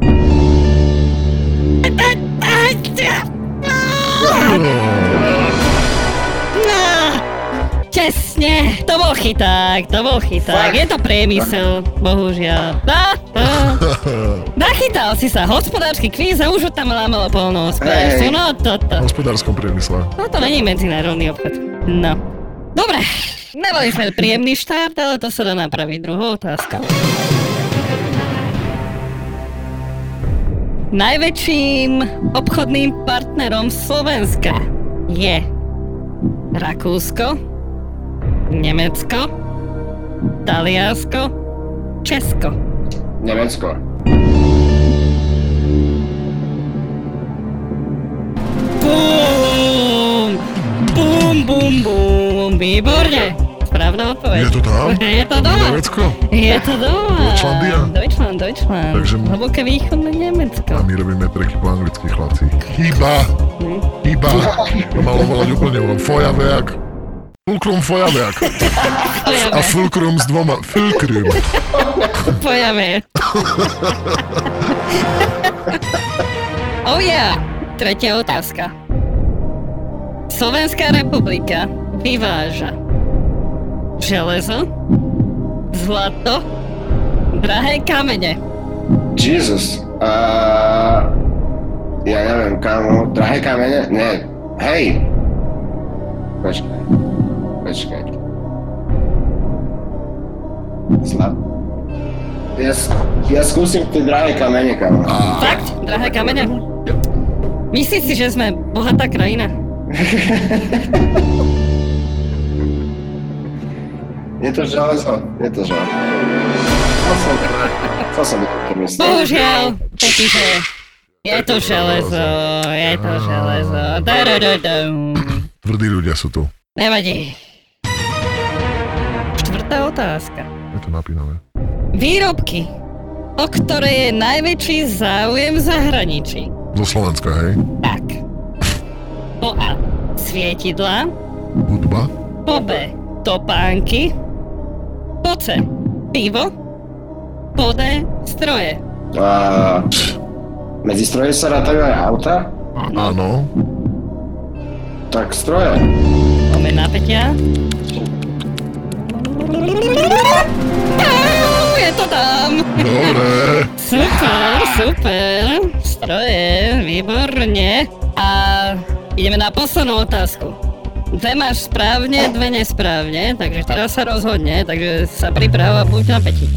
Tesne, to bol chyták. Je to priemysel, bohužiaľ. Nachytal si sa, hospodársky kvíz a už tam lámalo poľnohospodárstvo. No toto. V hospodárskom priemysle. No to není medzinárodný obchod. No. Dobre, neboli sme príjemný štart, ale to sa dá napraviť. Druhá otázka. Najväčším obchodným partnerom Slovenska je Rakúsko, Nemecko, Taliansko, Česko. Nemecko. Bum, výborne. Správna odpoveď. Je to tam? Je to doma. Nemecko? Je to doma. Deutschlandia? Deutschland. Takže... Hlboké východné Nemecko. A my robíme treky po anglicky, chlapci. Chyba. To malo volať úplne volám. Feuerwerk. Fulcrum Feuerwerk. A fulcrum s dvoma. Fulcrum. Feuerwerk. Oh yeah. Tretia otázka. Slovenská republika vyváža železo, zlato, drahé kamene. Jesus. Ja neviem, kámo. Drahé kamene? Nie. Hej. Počkaj. Zlato. Ja skúsim tie drahé kamene, kámo. Fakt? Drahé kamene? Myslíš si, že sme bohatá krajina? Je to železo. To som myslel. Bohužiaľ, Petiže, je to železo. Tvrdí ľudia sú tu. Nevadí. Štvrtá otázka. Je to napínavé. Výrobky, o ktoré je najväčší záujem v zahraničí. Zo Slovenska, hej? Tak. Po A. Svietidlá. Hudba. Po B. Topánky. Po C. Pivo. Po D. Stroje. Medzi stroje sa rátajú aj auta? Áno. Tak stroje. Máme napätia. Je to tam. Dobre. Super. Stroje, výborne. A ideme na poslednú otázku. Dve máš správne, dve nesprávne, takže teraz sa rozhodne, takže sa priprav a buď na päti.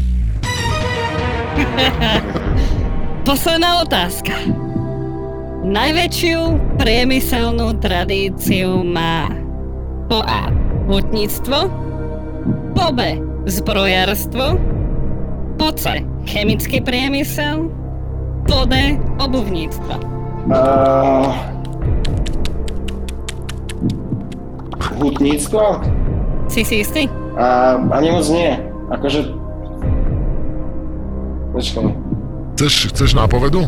Posledná otázka. Najväčšiu priemyselnú tradíciu má po A. hutníctvo, po B. zbrojárstvo, po C. chemický priemysel, po D. obuvníctvo. Hutníctvo? Si istý? Ani moc nie. Akože... Počkaj. Chceš nápovedu?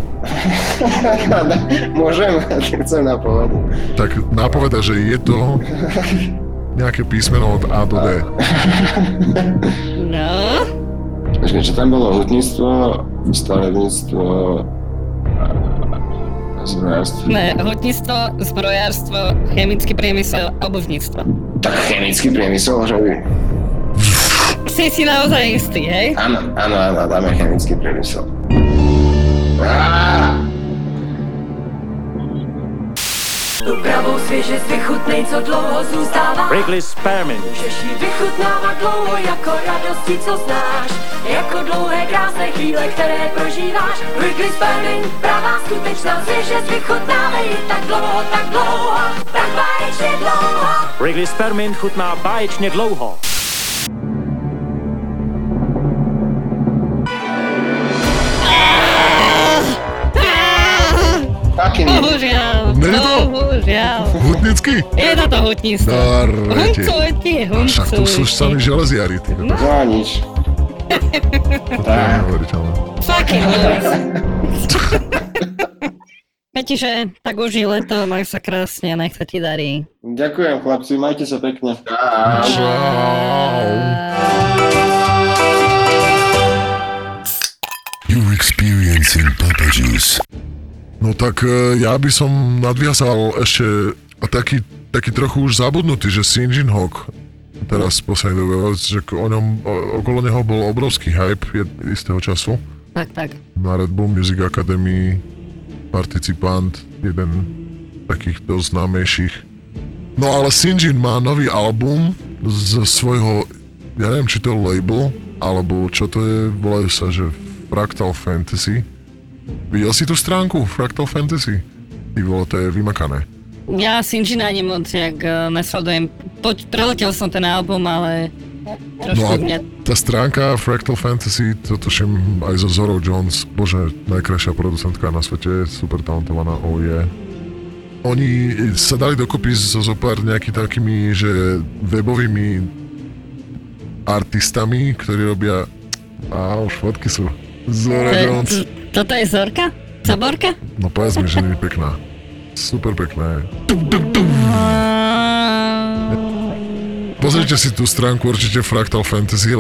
Môžem, chcem nápovedu. Tak nápoveda, že je to nejaké písmeno od A do D. No? Počkaj, čo tam bolo? Hutníctvo, stavebníctvo... Ne, hutníctvo, zbrojárstvo, chemický priemysel, obuvníctvo. Tak chemický priemysel, že by... Si naozaj istý, hej? Áno, dáme chemický priemysel. Tu pravou svěžest vychutnej, co dlouho zůstává. Wrigley's Spearmint. Můžeš jí vychutnávat dlouho jako radosti, co znáš. Jako dlouhé krásné chvíle, které prožíváš. Wrigley's Spearmint, pravá skutečná svěžest vychutnávej tak dlouho, tak báječně dlouho. Wrigley's Spearmint chutná báječně dlouho. Bohužiaľ. Hutnický? Je to hutníctvo. Huncujte. Však tu sú sami železiari. No nič. Fucking boys. Viete, že tak užij leto, maj sa krásne, nech sa ti darí. Ďakujem chlapci, majte sa pekne. You're experiencing Papa Juice. No tak ja by som nadviazal ešte taký trochu už zabudnutý, že Sinjin Hawk teraz v poslednej dobe, že okolo neho bol obrovský hype istého času. Tak. Na Red Bull Music Academy participant, jeden takých dosť známejších. No ale Sinjin má nový album z svojho, ja neviem či to je label, alebo čo to je, volajú sa, že Fractal Fantasy. Videl si tú stránku Fractal Fantasy? Ty vole, to je vymakané. Ja Sinjina ani moc jak nesledujem. Preletel som ten album, ale trošku mňa... Tá stránka Fractal Fantasy, to tuším aj zo Zoro Jones, bože, najkrajšia producentka na svete, super talentovaná, Oni sa dali dokopy so zopár nejakými takými, že webovými artistami, ktorí robia... už fotky sú. Zora Jones. Toto je Zorka? Zaborka? No povedz mi, že nie je pekná. Super pekná je. Pozrite si tú stránku určite Fractal Fantasy,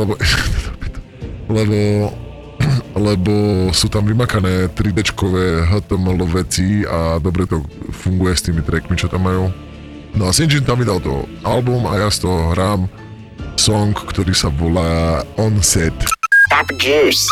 lebo sú tam vymakané 3D-čkové HTML veci a dobre to funguje s tými trackmi, čo tam majú. No a Sinjin tam vydal to album a ja z toho hrám song, ktorý sa volá On Set. Papa Juice.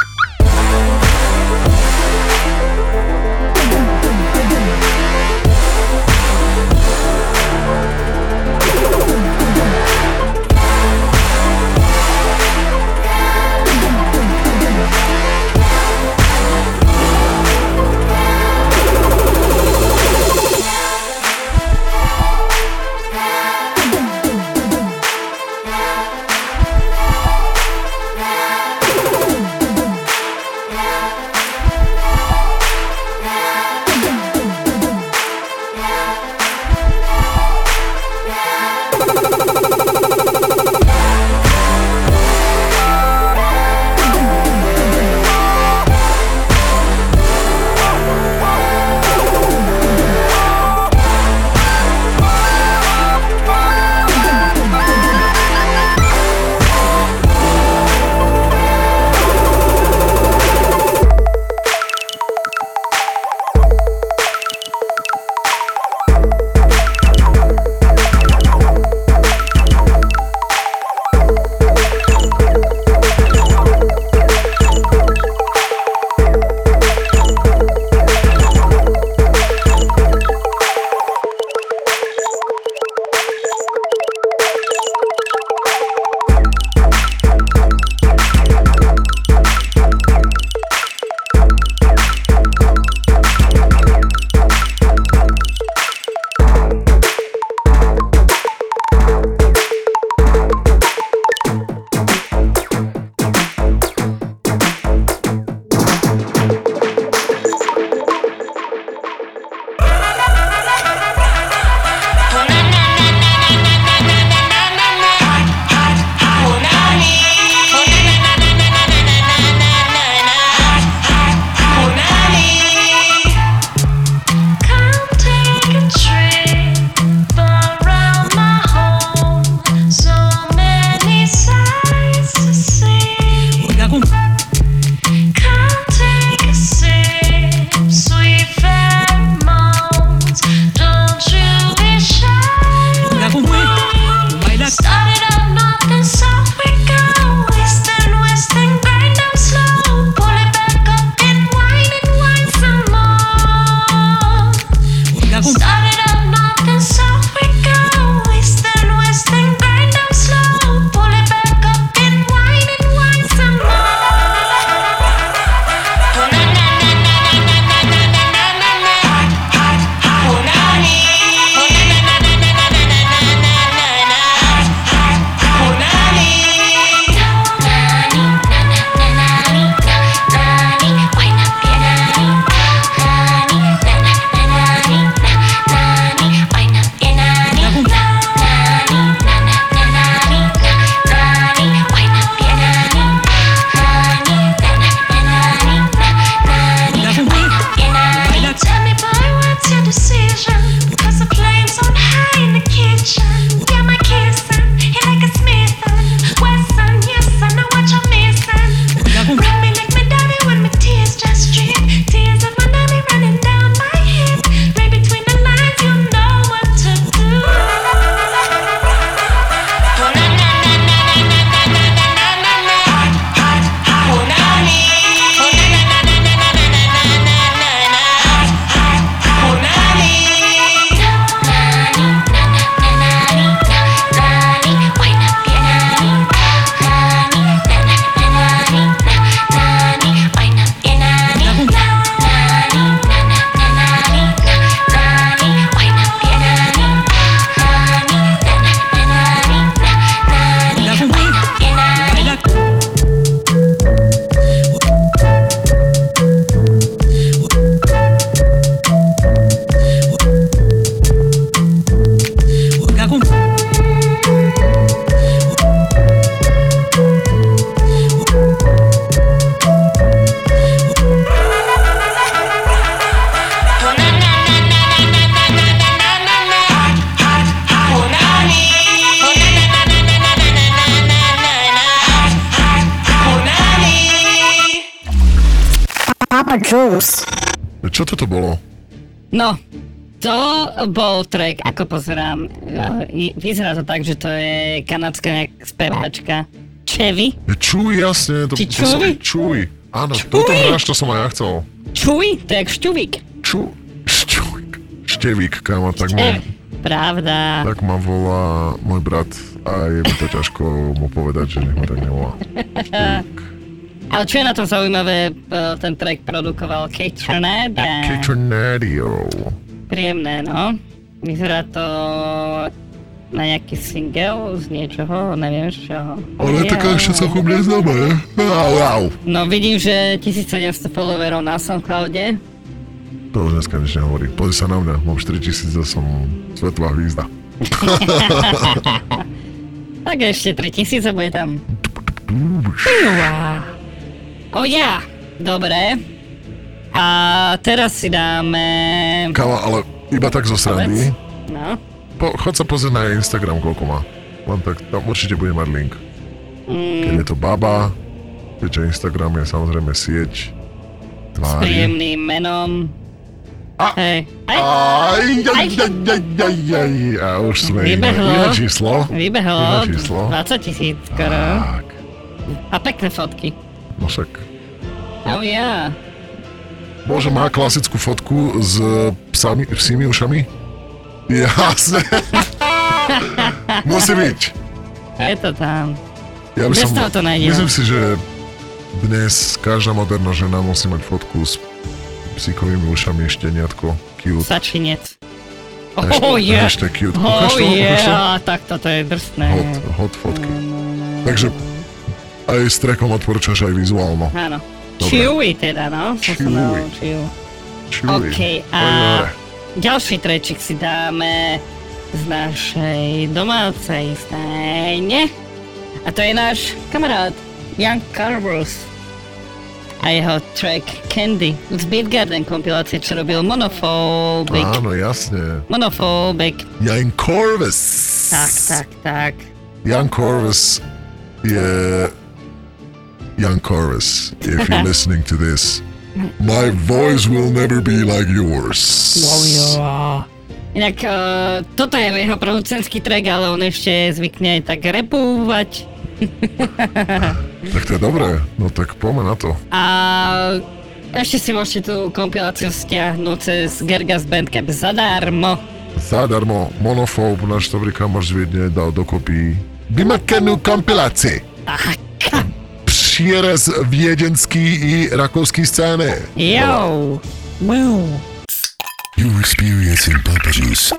Goose. Čo toto bolo? No, to bol track, ako pozerám. Vyzerá to tak, že to je kanadská speváčka. Chewy. Chewy, jasne. Či Chewy? Chewy. Áno, toto hráš, to som aj ja chcel. Chewy? To je jak šťuvík. Števík, kámo, tak ma... Pravda. Tak ma volá môj brat a je mi to ťažko mu povedať, že nech ma tak nevolá. Ale čo je na tom zaujímavé, ten track produkoval Kate Tornado. Príjemné, no. Vyzerá to na nejaký single z niečoho, neviem z čoho. Ale taká ešte celkom neznáma, ne? No vidím, že 1700 followerov na SoundCloude. To už dneska nič nehovorí. Pozri sa na mňa, mám 4000 a som svetová hvízda. Tak ešte 3000 bude tam. Dobre. A teraz si dáme... Káva, ale iba tak zo srandy. No. Chod sa pozrieť na jej Instagram, koľko má. Len tak, tam určite bude mať link. Keď je to baba, keďže Instagram je samozrejme sieť tvári. S príjemným menom. Hej. A už sme Vybehlo. Iné číslo. 20 000 skoro. Tak. A pekné fotky. No však. Bože, má klasickú fotku s psími ušami? Jasne. Musí byť. Je to tam. Ja by Bez som, toho to nájdem. Myslím si, že dnes každá moderná žena musí mať fotku s psíkovými ušami, šteniatko, cute. Sačinec. Hashtag cute. Tak toto je drsné. Hot fotky. Takže aj s trackom odporúčaš aj vizuálno. Áno. Chewy teda, no. Chewy. OK, a ďalší trečik si dáme z našej domácej stajne. A to je náš kamarát Young Carvers a jeho track Candy z Beatgarden kompilácie, čo robil Monophobic. Áno, jasne. Monophobic. Young Carvers. Tak. Young Carvers je... Young Carvers, if you're listening to this, my voice will never be like yours. Inak toto je jeho producentský track, ale on ešte zvykne aj tak rapovať. Tak to je dobré, no tak poďme na to. A ešte si môžete tú kompiláciu stiahnuť cez Gergas Bandcamp zadarmo. Monophobe, náš dobrý kamoš z Viedne, dal dokopy vymakanú kompiláciu. Tak. Přírez viedenský i rakouský scény. Yo. Wow. You're experiencing Papa Juice.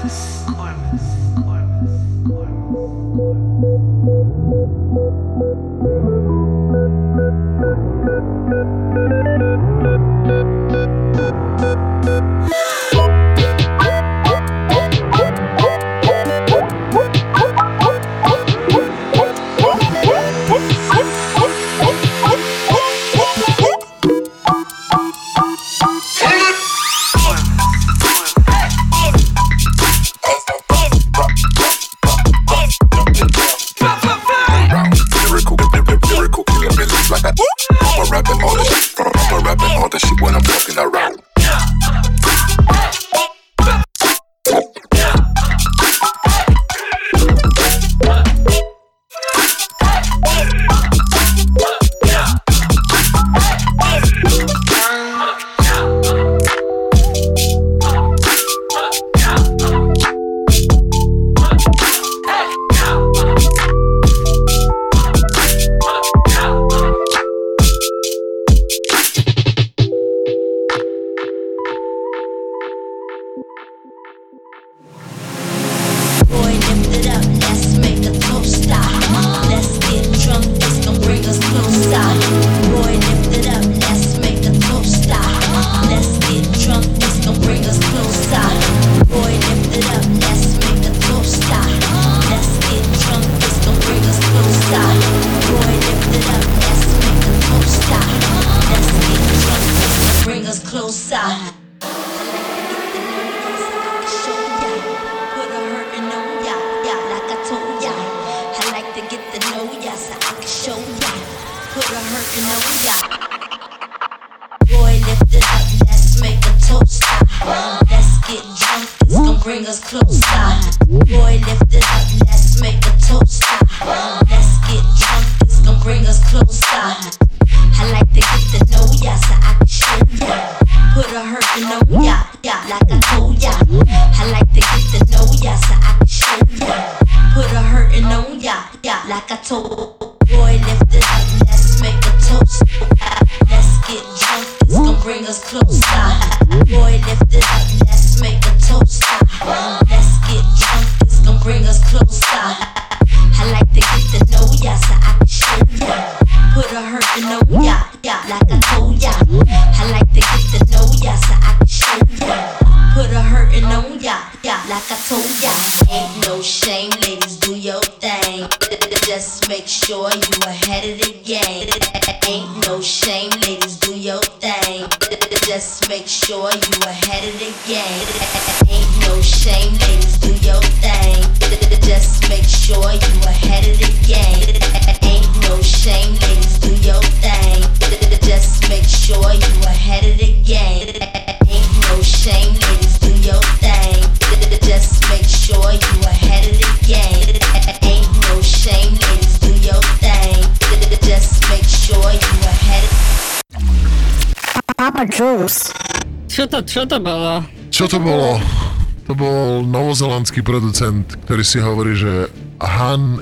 Čo to bolo? Čo to bolo? To bol novozelandský producent, ktorý si hovorí, že Han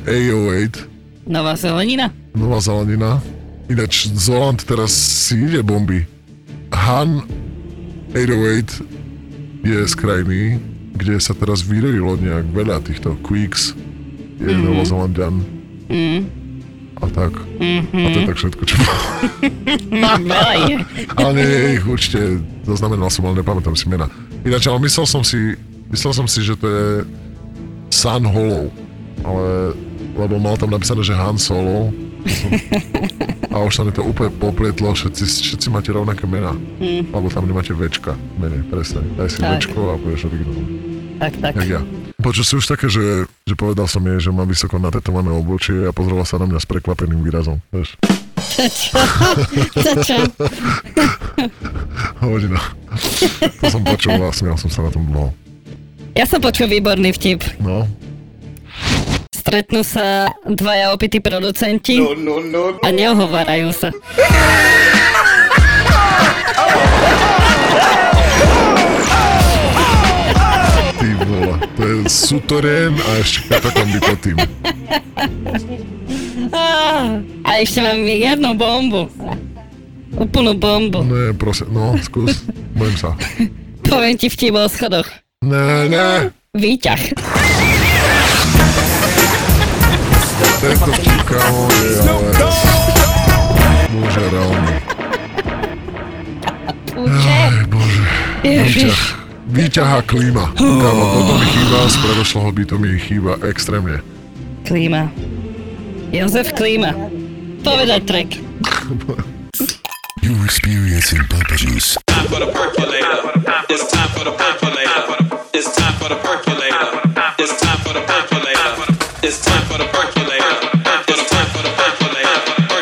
808. Nová zelenina? Nová zelenina. Ináč Zoland teraz si ide bomby. Han 808 je z krajiny, kde sa teraz vyrojilo nejak veľa týchto Quicks. Je novozelandian. A tak. A to je tak všetko, čo bolo. Ale nie, ich určite zaznamenal som, ale nepamätám si mena. Ináč, ale myslel som si, že to je San Hollow, ale lebo mal tam napísané, že Han Solo. A už sa mi to úplne poplietlo, všetci máte rovnaké mená. Lebo tam nemáte Včka v mene, presne. Daj si Včko a povieš originál. Tak. Jak ja. Počul si už také, že povedal som jej, že mám vysoko natetované obočie a pozrela sa na mňa s prekvapeným výrazom, vieš. Čo? Hodina. To som počul a smial som sa na tom dlho. Ja som počul výborný vtip. No. Stretnú sa dvaja opití producenti a neohovárajú sa. Ty vole, to je sutorén a ešte katakomby pod tým. A ešte mám jednu bombu. Úplnú bombu. Prosím, skús, bojím sa. Poviem ti vtip o schodoch. Ne. Výťah. Tento vtip, kámo, je ale... Bože, reálne. Bože. Výťah. Výťah a klíma. Kámo, toto mi chýba, z predošlého bytu mi chýba extrémne. Klíma. Jozef Klíma. Povedať track. You're experiencing Papa Juice. Time for the percolator. It's time for the percolator. It's time for the percolator. It's time for the percolator. It's time for the percolator. It's time for the percolator.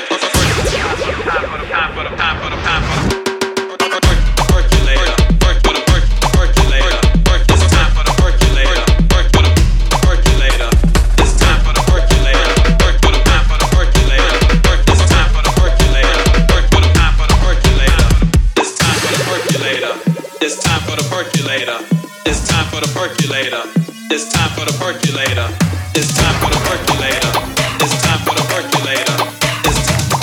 It's time for the percolator. It's time for the percolator. It's time for the percolator. It's time for the percolator. It's time for the percolator. It's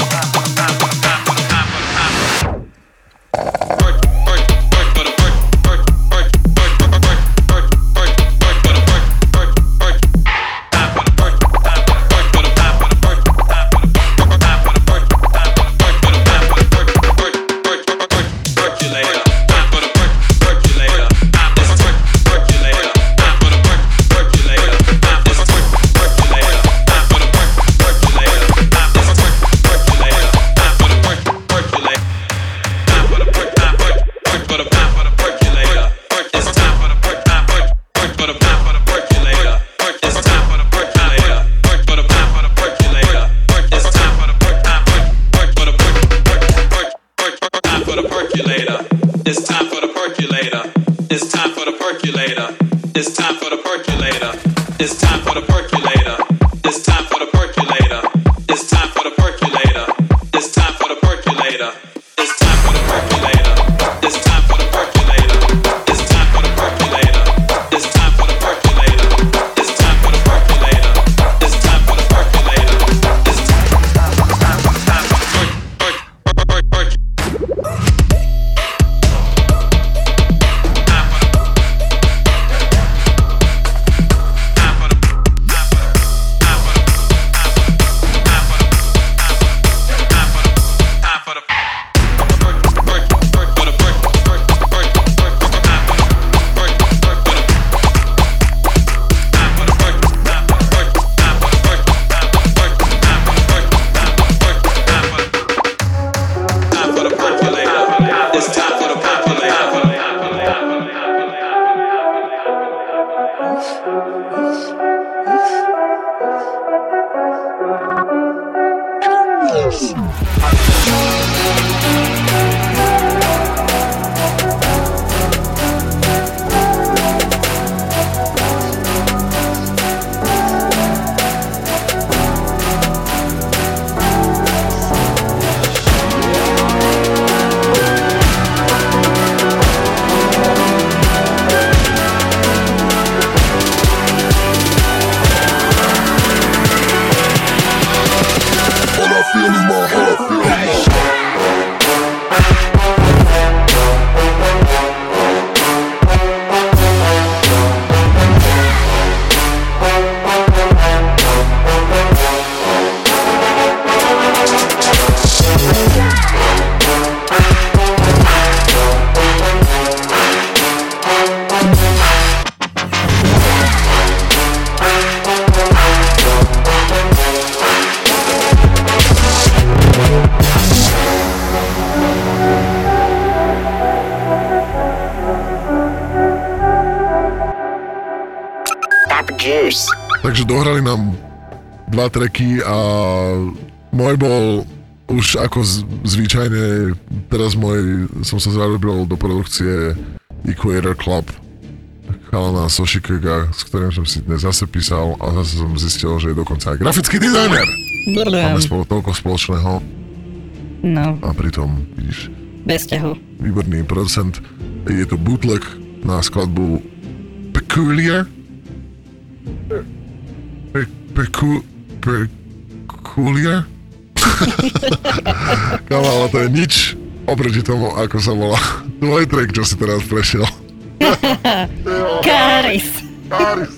Takže dohrali nám 2 tracky a môj bol už ako zvyčajne, teraz som sa zarobil do produkcie Equator Club chalana Soshikega, s ktorým som si dnes zase písal a zase som zistil, že je dokonca aj grafický dizajner. Máme spolu toľko spoločného. No. A pritom, vidíš, bez ťahu. Výborný producent. Je to bootleg na skladbu Peculiar. Peculiar? Kámo, ale to je nič oproti tomu, ako sa volá tvoj track, čo si teraz prešiel. Karis. Káris.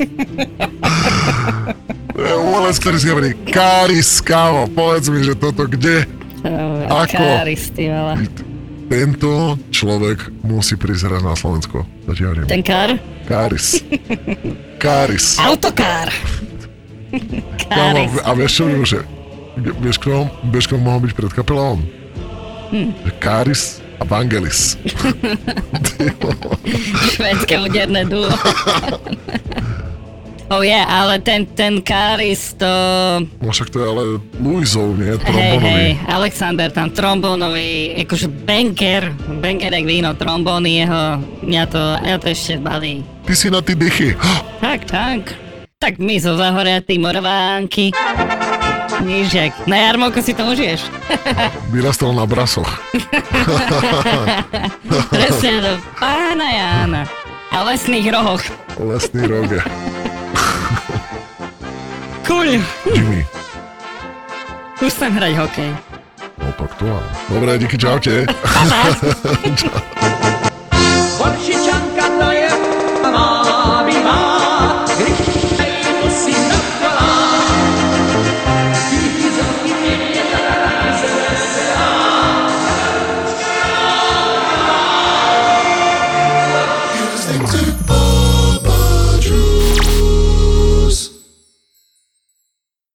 Umelec, ktorý si hovorí Káris, kámo, povedz mi, že toto kde? Ako? Káris, ty vela. Tento človek musí prísť hrať na Slovensko. To ti hovorím. Ten kár? Káris. Káris. Autokár. Káris. A vieš čo, že vieš, kto mohol byť pred kapelón? Káris a Vangelis. Švédske moderné duo. Oh yeah, ale ten Káris to... No však to je ale Luizov, nie? Hej, Alexander tam trombónový, akože banker jak víno, trombóny jeho, mňa to ešte balí. Ty si na ty dychy. Tak. Tak my zo Zahoria, tí Moravánky. Nížek. Na jarmoku si to užiješ. Vyrastal na brasoch. Presne do pána Jána. A lesných rohoch. Lesný roge. Cool. Jimmy. Už chcem hrať hokej. No tak to áno. Dobre, díky, čaute. Čau.